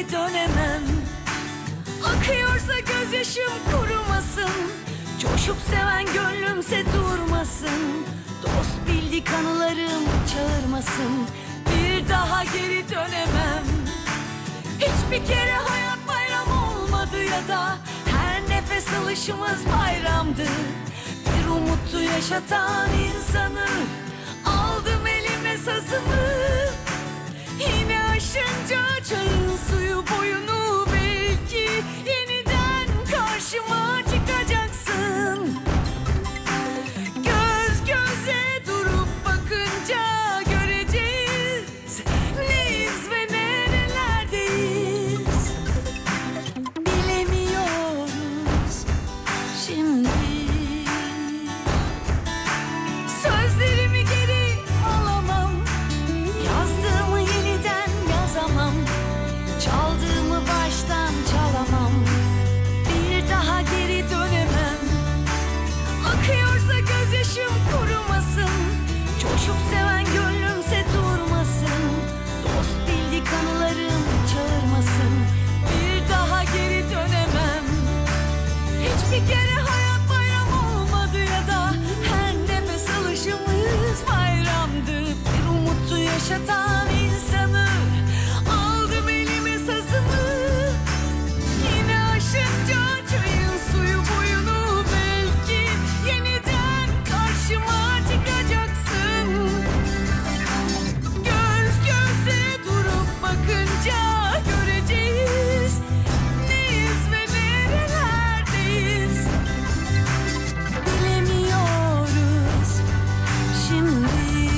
geri dönemem. Akıyorsa gözyaşım kurumasın. Coşup seven gönlümse durmasın. Dost bildik anılarım çağırmasın. Bir daha geri dönemem. Hiçbir kere hayat bayram olmadı ya da her nefes alışımız bayramdı. Bir umuttu yaşatan insanı, aldım elime sazımı. Yine aşınca çayın suyu boyunu, belki yeniden karşıma çıkacaksın. Göz göze durup bakınca göreceğiz neyiz ve nerelerdeyiz. Bilemiyoruz şimdi. Sözlerimi geri alamam, yazdığımı yeniden yazamam, çaldığımı baştan çalamam. Bir daha geri dönemem. Akıyorsa gözyaşım kurumasın. Coşup seven gönlümse durmasın. Dost bildik anılarım çağırmasın. Bir daha geri dönemem. Hiçbir kere hayat bayram olmadı ya da her nefes alışımız bayramdı. Bir umuttu yaşatan insanı, aldım elime sazımı. Yine aşınca çayın suyu boyunu, belki yeniden karşıma çıkacaksın. Göz göze durup bakınca göreceğiz neyiz ve nerelerdeyiz. Bilemiyoruz şimdi.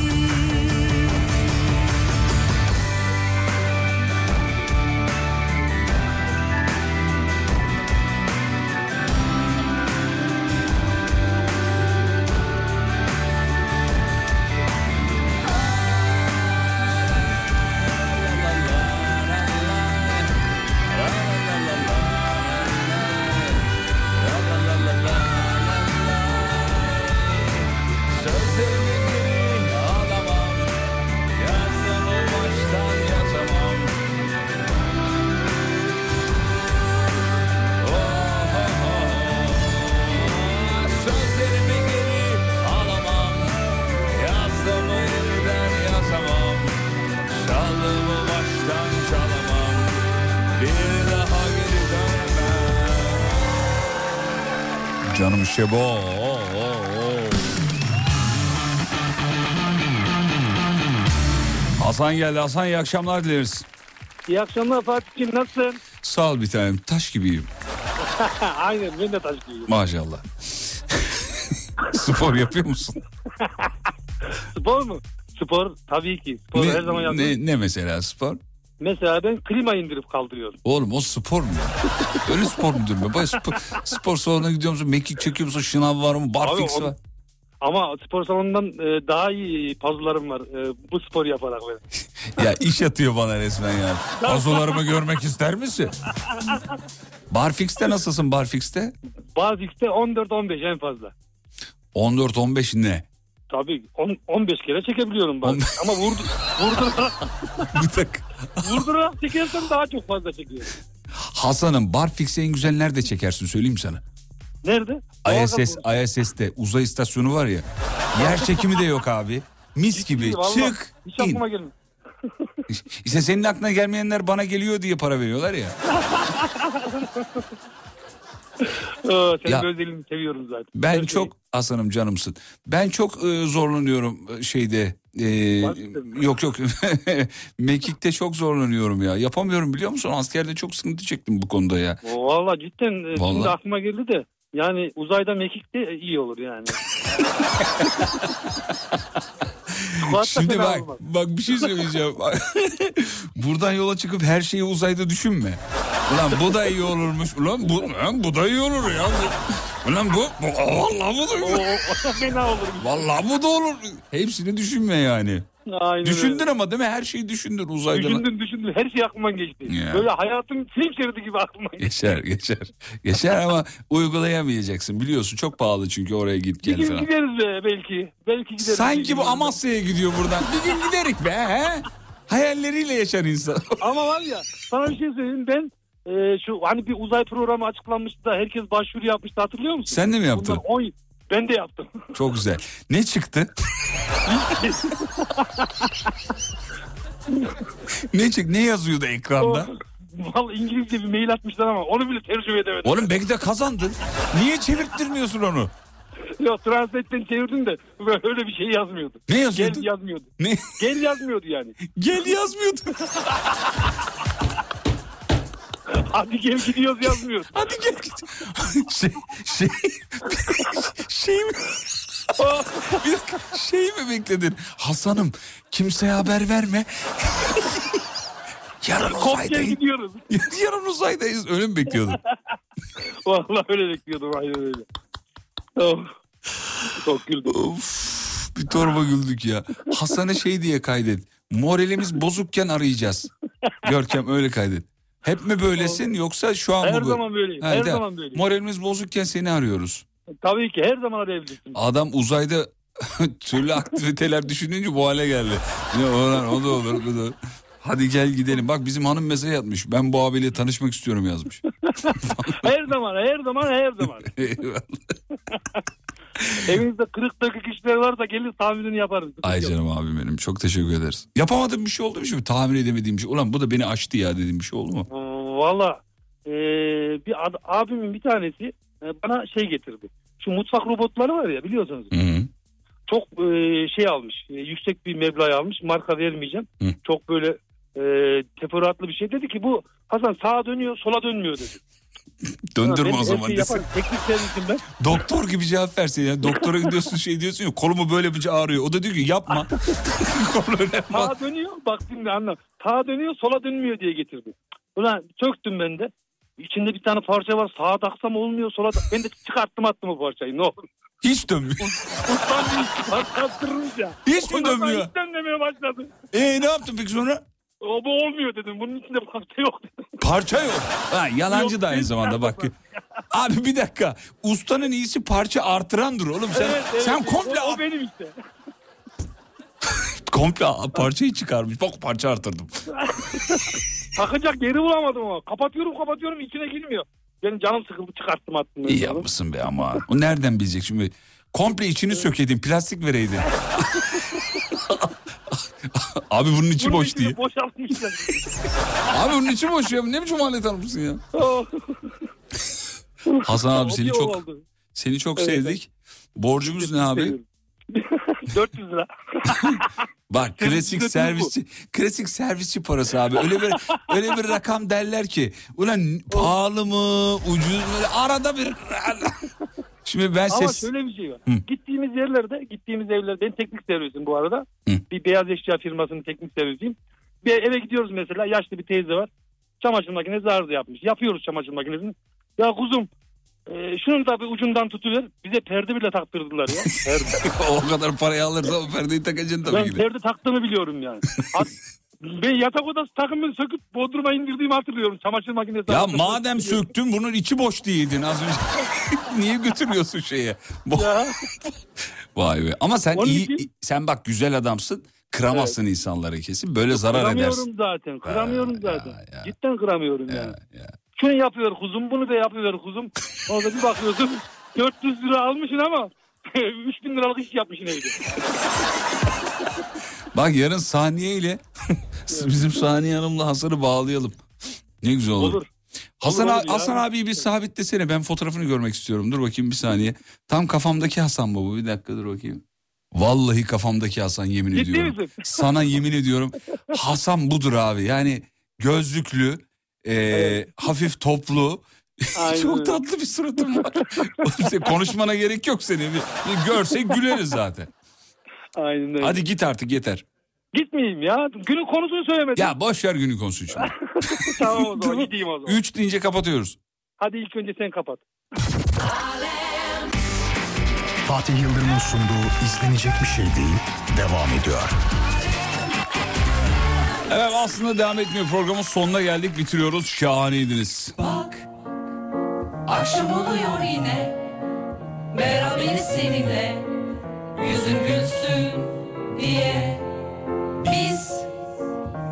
Sözlerimi geri alamam, yazdığımı baştan yazamam. Oh, oh, oh. Sözlerimi geri alamam, yazdığımı yeniden yazamam, çaldığımı baştan çalamam. Bir daha geri dönemem. Canım işte bu. Oh, oh, oh. Hasan geldi. Hasan iyi akşamlar dileriz. İyi akşamlar Fatih'ciğim, nasılsın? Sağ ol bir tanem. Taş gibiyim. Aynen, ben de taş gibiyim. Maşallah. Spor yapıyor musun? Spor mu? Spor tabii ki. Spor her zaman Ne, yapıyorum. ne, ne mesela spor? Mesela ben klima indirip kaldırıyorum. Oğlum o spor mu ya? Öyle spor mu diyorum ben? Baya spor, spor salonuna gidiyor musun? Mekik çekiyor musun? Şınav var mı? Barfix Abi, o- var. Ama spor salonundan e, daha iyi pazularım var e, bu spor yaparak benim. Ya iş atıyor bana resmen ya. Pazolarımı görmek ister misin? Barfix'te nasılsın Barfix'te? Bazık'ta on dört on beş en fazla. on dört on beş ne? Tabii on, on beş kere çekebiliyorum On- ben. Ama vurdu, vurdurarak, Bir dakika. vurdurarak çekersem daha çok fazla çekiyorum. Hasan'ım Barfix'i en güzel nerede çekersin söyleyeyim mi sana? Nerede? I S S, I S S'te uzay istasyonu var ya. Yer çekimi de yok abi. Mis gibi Vallahi çık hiç in. aklıma gelmiyor. İşte senin aklına gelmeyenler bana geliyor diye para veriyorlar ya. Aa, senin Ya, özelliğini seviyorum zaten. Ben Her çok Hasan'ım canımsın. Ben çok e, zorlanıyorum e, şeyde. e, Başka- yok yok. Mekik'te çok zorlanıyorum ya. Yapamıyorum biliyor musun? Askerde çok sıkıntı çektim bu konuda ya. şeyi. Valla cidden e, Vallahi. şimdi aklıma geldi de. Yani uzayda mekik de iyi olur yani. Squat'ta Şimdi fena bak olmaz. bak bir şey söyleyeceğim. Buradan yola çıkıp her şeyi uzayda düşünme. Ulan bu da iyi olurmuş. Ulan bu, ulan bu da iyi olur ya. Bu, ulan bu, bu vallahi bu da iyi O, olur. o, o fena olur. Vallahi bu da olur. Hepsini düşünme yani. Aynen Düşündün öyle. ama değil mi? Her şeyi düşündün uzayda. Düşündüm düşündüm. Her şey aklıma geçti. Ya. Böyle hayatım film şeridi gibi aklıma geçti. Geçer geçer. Geçer ama uygulayamayacaksın. Biliyorsun çok pahalı çünkü oraya git Bir gel gün falan. gideriz be belki. Belki gideriz. Bir Sanki gün bu gideriz. Amasya'ya gidiyor buradan. Bir gün giderik be he? hayalleriyle yaşar insan. Ama var ya sana bir şey söyleyeyim ben e, şu hani bir uzay programı açıklanmıştı da herkes başvuru yapmıştı hatırlıyor musun? Sen de mi yaptın? Bundan on Ben de yaptım. Çok güzel. Ne çıktı? ne çıktı? Ne yazıyordu ekranda? Vallahi İngilizce bir mail atmışlar ama onu bile tercüme edemedim. Oğlum belki de kazandın. Niye çevirttirmiyorsun onu? Yok Translate'den çevirdim de öyle bir şey yazmıyordu. Ne yazıyordu? Gel yazmıyordu. Ne? Gel yazmıyordu yani. Gel yazmıyordu. Hadi gel gidiyoruz yazmıyor. Hadi gel gidiyoruz. şey, şey, şey mi? Bir dakika, şey mi bekledin? Hasan'ım kimseye haber verme. Yarın uzaydayız. gidiyoruz. Yarın uzaydayız. Öyle mi bekliyordun? Vallahi öyle bekliyordum. Aynen öyle. Oh. Çok güldüm. Of, bir torba güldük ya. Hasan'ı şey diye kaydet. Moralimiz bozukken arayacağız. Görkem öyle kaydet. Hep mi böylesin yoksa şu an her mı böyle? Zaman böyleyim. Ha, her de, zaman böyleyim. Moralimiz bozukken seni arıyoruz. Tabii ki her zaman arayabilirsin. Adam uzayda türlü aktiviteler düşününce bu hale geldi. Ya olan o da olur, bu da olur. Hadi gel gidelim. Bak bizim hanım mesaj atmış. Ben bu abiyle tanışmak istiyorum yazmış. her zaman, her zaman, her zaman. Evinizde kırık dökük işler varsa gelir tamirini yaparız. Ay canım abim benim. Çok teşekkür ederiz. Yapamadığım bir şey oldu mu şimdi? Tahmin edemediğim bir şey. Ulan bu da beni aştı ya dediğim bir şey oldu mu? Valla ee, bir ad, abimin bir tanesi e, bana şey getirdi. Şu mutfak robotları var ya biliyorsunuz. Hı-hı. Çok e, şey almış. E, yüksek bir meblağ almış. Marka vermeyeceğim. Hı. Çok böyle e, teferruatlı bir şey. Dedi ki bu Hasan sağa dönüyor sola dönmüyor dedi. Döndürme ha, o zaman desin. Teknik servisim ben. Doktor gibi cevap versin ya. Doktora gidiyorsun şey diyorsun ya kolumu böyle bir ağrıyor. O da diyor ki yapma. Sağa dönüyor bak şimdi anla. Sağa dönüyor sola dönmüyor diye getirdi. Ulan çöktüm ben de. İçinde bir tane parça var. Sağa taksam olmuyor sola tak. Ben de çıkarttım attım o parçayı ne olur. Hiç dönmüyor. Ustam bir parçattırmış ya. Hiç mi dönmüyor? Hiç dönmemeye başladı. Eee ne yaptın peki sonra? O bu olmuyor dedim. Bunun içinde parça yok dedim. Parça yok. Ha, yalancı Yok, da aynı zamanda bak. Abi bir dakika. Ustanın iyisi parça artırandır oğlum. Sen evet, evet, sen komple o, o benim işte. komple parçayı çıkarmış. Bak parça artırdım. Takacak yeri bulamadım ama. Kapatıyorum kapatıyorum içine girmiyor. Benim canım sıkıldı çıkarttım attım. İyi yapmışsın be ama. O nereden bilecek şimdi? Komple içini sökeydin, plastik vereydin. Abi bunun içi bunun boş diye. Boşaltmışlar. Abi bunun içi boş ya. Ne biçim alet almışsın ya? Hasan abi seni çok oldu. seni çok evet, sevdik. Borcumuz ne abi? dört yüz lira. Bak klasik servisçi, klasik servisçi parası abi. Öyle bir öyle bir rakam derler ki, ulan pahalı mı, ucuz mu? Arada bir. Şimdi ben Ama ses... şöyle bir şey var. Hı. Gittiğimiz yerlerde, gittiğimiz evlerde, ben teknik servisim bu arada. Hı. Bir beyaz eşya firmasının teknik servisiyim. Bir eve gidiyoruz mesela, yaşlı bir teyze var. Çamaşır makinesi arıza yapmış. Yapıyoruz çamaşır makinesini. Ya kuzum, e, şunun da bir ucundan tutuver. Bize perde bile taktırdılar ya. Perde. O kadar parayı alırsa o perdeyi takacaksın tabii ben ki. Ben perde taktığımı biliyorum yani. Ben yatak odası takımını söküp bodruma indirdiğimi hatırlıyorum. Çamaşır makinesi. Ya madem söktün bunun içi boş diyeydin az önce. Niye götürüyorsun şeye? Ya. Vay be. Ama sen iyi, için... sen bak güzel adamsın. Kıramazsın evet. insanları kesin. Böyle zarar kıramıyorum edersin. Zaten, kıramıyorum ya, zaten. Ya, ya. Cidden kıramıyorum ya, yani. Ya. Şunu yapıyor kuzum, bunu da yapıyor kuzum. Orada bir bakıyorsun dört yüz lira almışsın ama üç bin liralık iş yapmışsın evde. Bak yarın Saniye ile bizim Saniye Hanım'la Hasan'ı bağlayalım. Ne güzel olur. Olur. Hasan, olur, olur Hasan abiyi bir sabitlesene, ben fotoğrafını görmek istiyorum. Dur bakayım bir saniye. Tam kafamdaki Hasan bu. Bir dakika dur bakayım. Vallahi kafamdaki Hasan, yemin Ciddi ediyorum. Misin? Sana yemin ediyorum. Hasan budur abi. Yani gözlüklü, e, evet. hafif toplu. Çok tatlı bir suratın var. Konuşmana gerek yok senin. Bir, bir görsek güleriz zaten. Aynen öyle. Hadi git artık yeter. Gitmeyeyim ya. Günün konusunu söylemedim. Ya boş ver günün konusunu şimdi. Tamam o zaman gideyim o zaman. Üç deyince kapatıyoruz. Hadi ilk önce sen kapat. Fatih Yıldırım'ın sunduğu izlenecek bir şey değil devam ediyor. Evet aslında devam etmiyor, programın sonuna geldik, bitiriyoruz. Şahaneydiniz. Bak akşam oluyor yine, beraberiz seninle, yüzün gülsün diye. Biz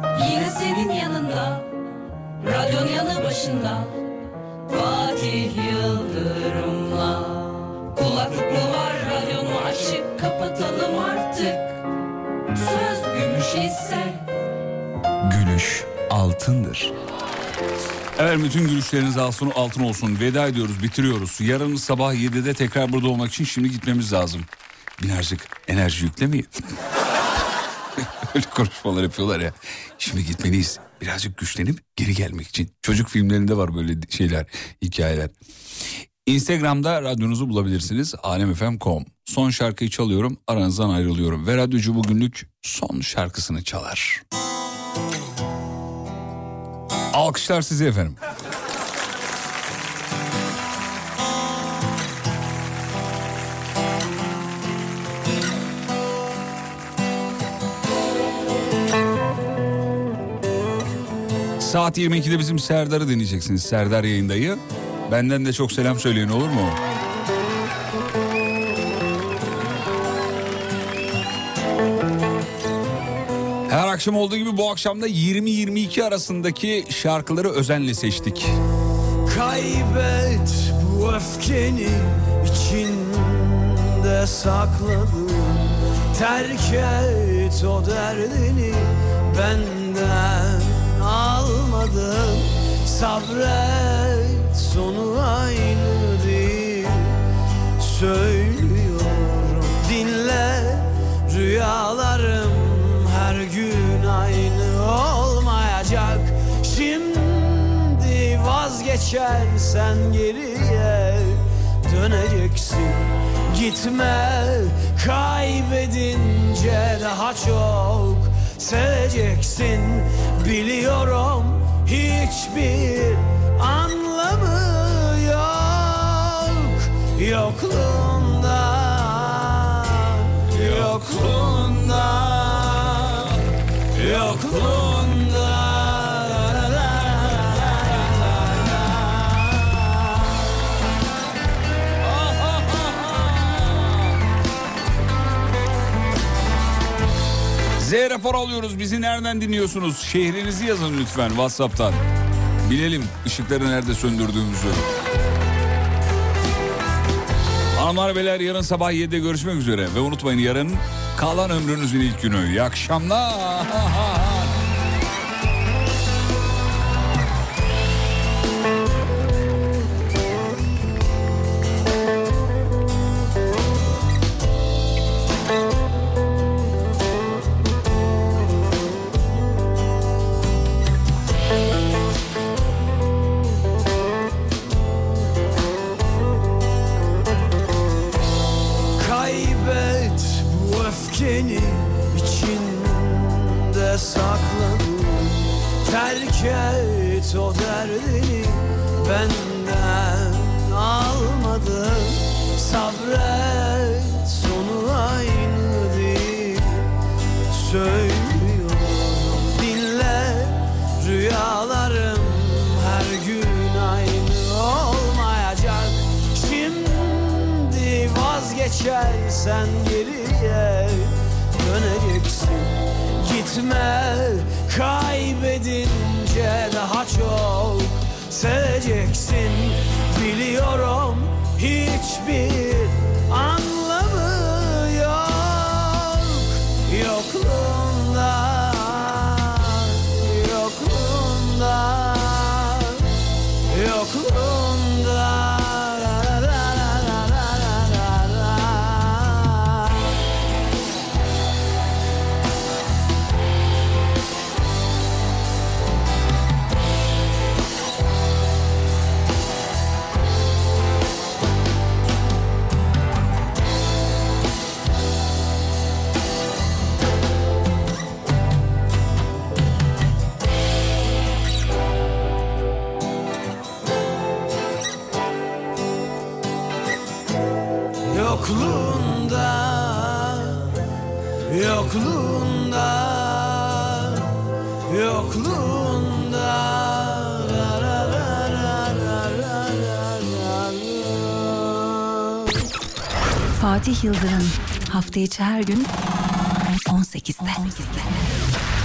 Radyon yanı başında Fatih Yıldırım'la. Kulaklık mı var, radyonu açık, kapatalım artık. Söz gümüş ise Gülüş altındır. Evet, bütün gülüşleriniz altın, altın olsun. Veda ediyoruz, bitiriyoruz. Yarın sabah yedide tekrar burada olmak için şimdi gitmemiz lazım. Birazcık enerji yüklemeyin. Öyle konuşmalar yapıyorlar ya. Şimdi gitmeliyiz. Birazcık güçlenip geri gelmek için. Çocuk filmlerinde var böyle şeyler, hikayeler. Instagram'da radyonuzu bulabilirsiniz. alem f m nokta com. Son şarkıyı çalıyorum, aranızdan ayrılıyorum. Ve radyocu bugünlük son şarkısını çalar. Alkışlar size efendim. Saat yirmi ikide bizim Serdar'ı dinleyeceksiniz. Serdar yayındayı. Benden de çok selam söyleyin, olur mu? Her akşam olduğu gibi bu akşam da yirmi yirmi iki arasındaki şarkıları özenle seçtik. Kaybet bu öfkeni içinde sakladın. Terk et o derdini benden almadın. Sabret, sonu aynı değil. Söylüyorum, dinle. Rüyalarım her gün aynı olmayacak. Şimdi vazgeçersen geriye döneceksin. Gitme, kaybedince daha çok seveceksin. Biliyorum hiçbir anlamı yok yokluğunda, yokluğunda, yokluğunda. Z rapor alıyoruz. Bizi nereden dinliyorsunuz? Şehrinizi yazın lütfen WhatsApp'tan. Bilelim ışıkları nerede söndürdüğümüzü. Hanımlar beyler, yarın sabah yedide görüşmek üzere. Ve unutmayın, yarın kalan ömrünüzün ilk günü. İyi akşamlar. içinde sakladın. Terk et o derdini benden almadın. Sabret, sonu aynı değil. Söylüyorum, dinle. Rüyalarım her gün aynı olmayacak. Şimdi vazgeçersen geriye döneceksin. Gitme, kaybedince daha çok seveceksin. Biliyorum hiçbir anlamı yok yokluğunda, yokluğunda, yokluğunda. Yokluğunda, yokluğunda, yokluğunda. Fatih Yıldırım hafta içi her gün on sekizde.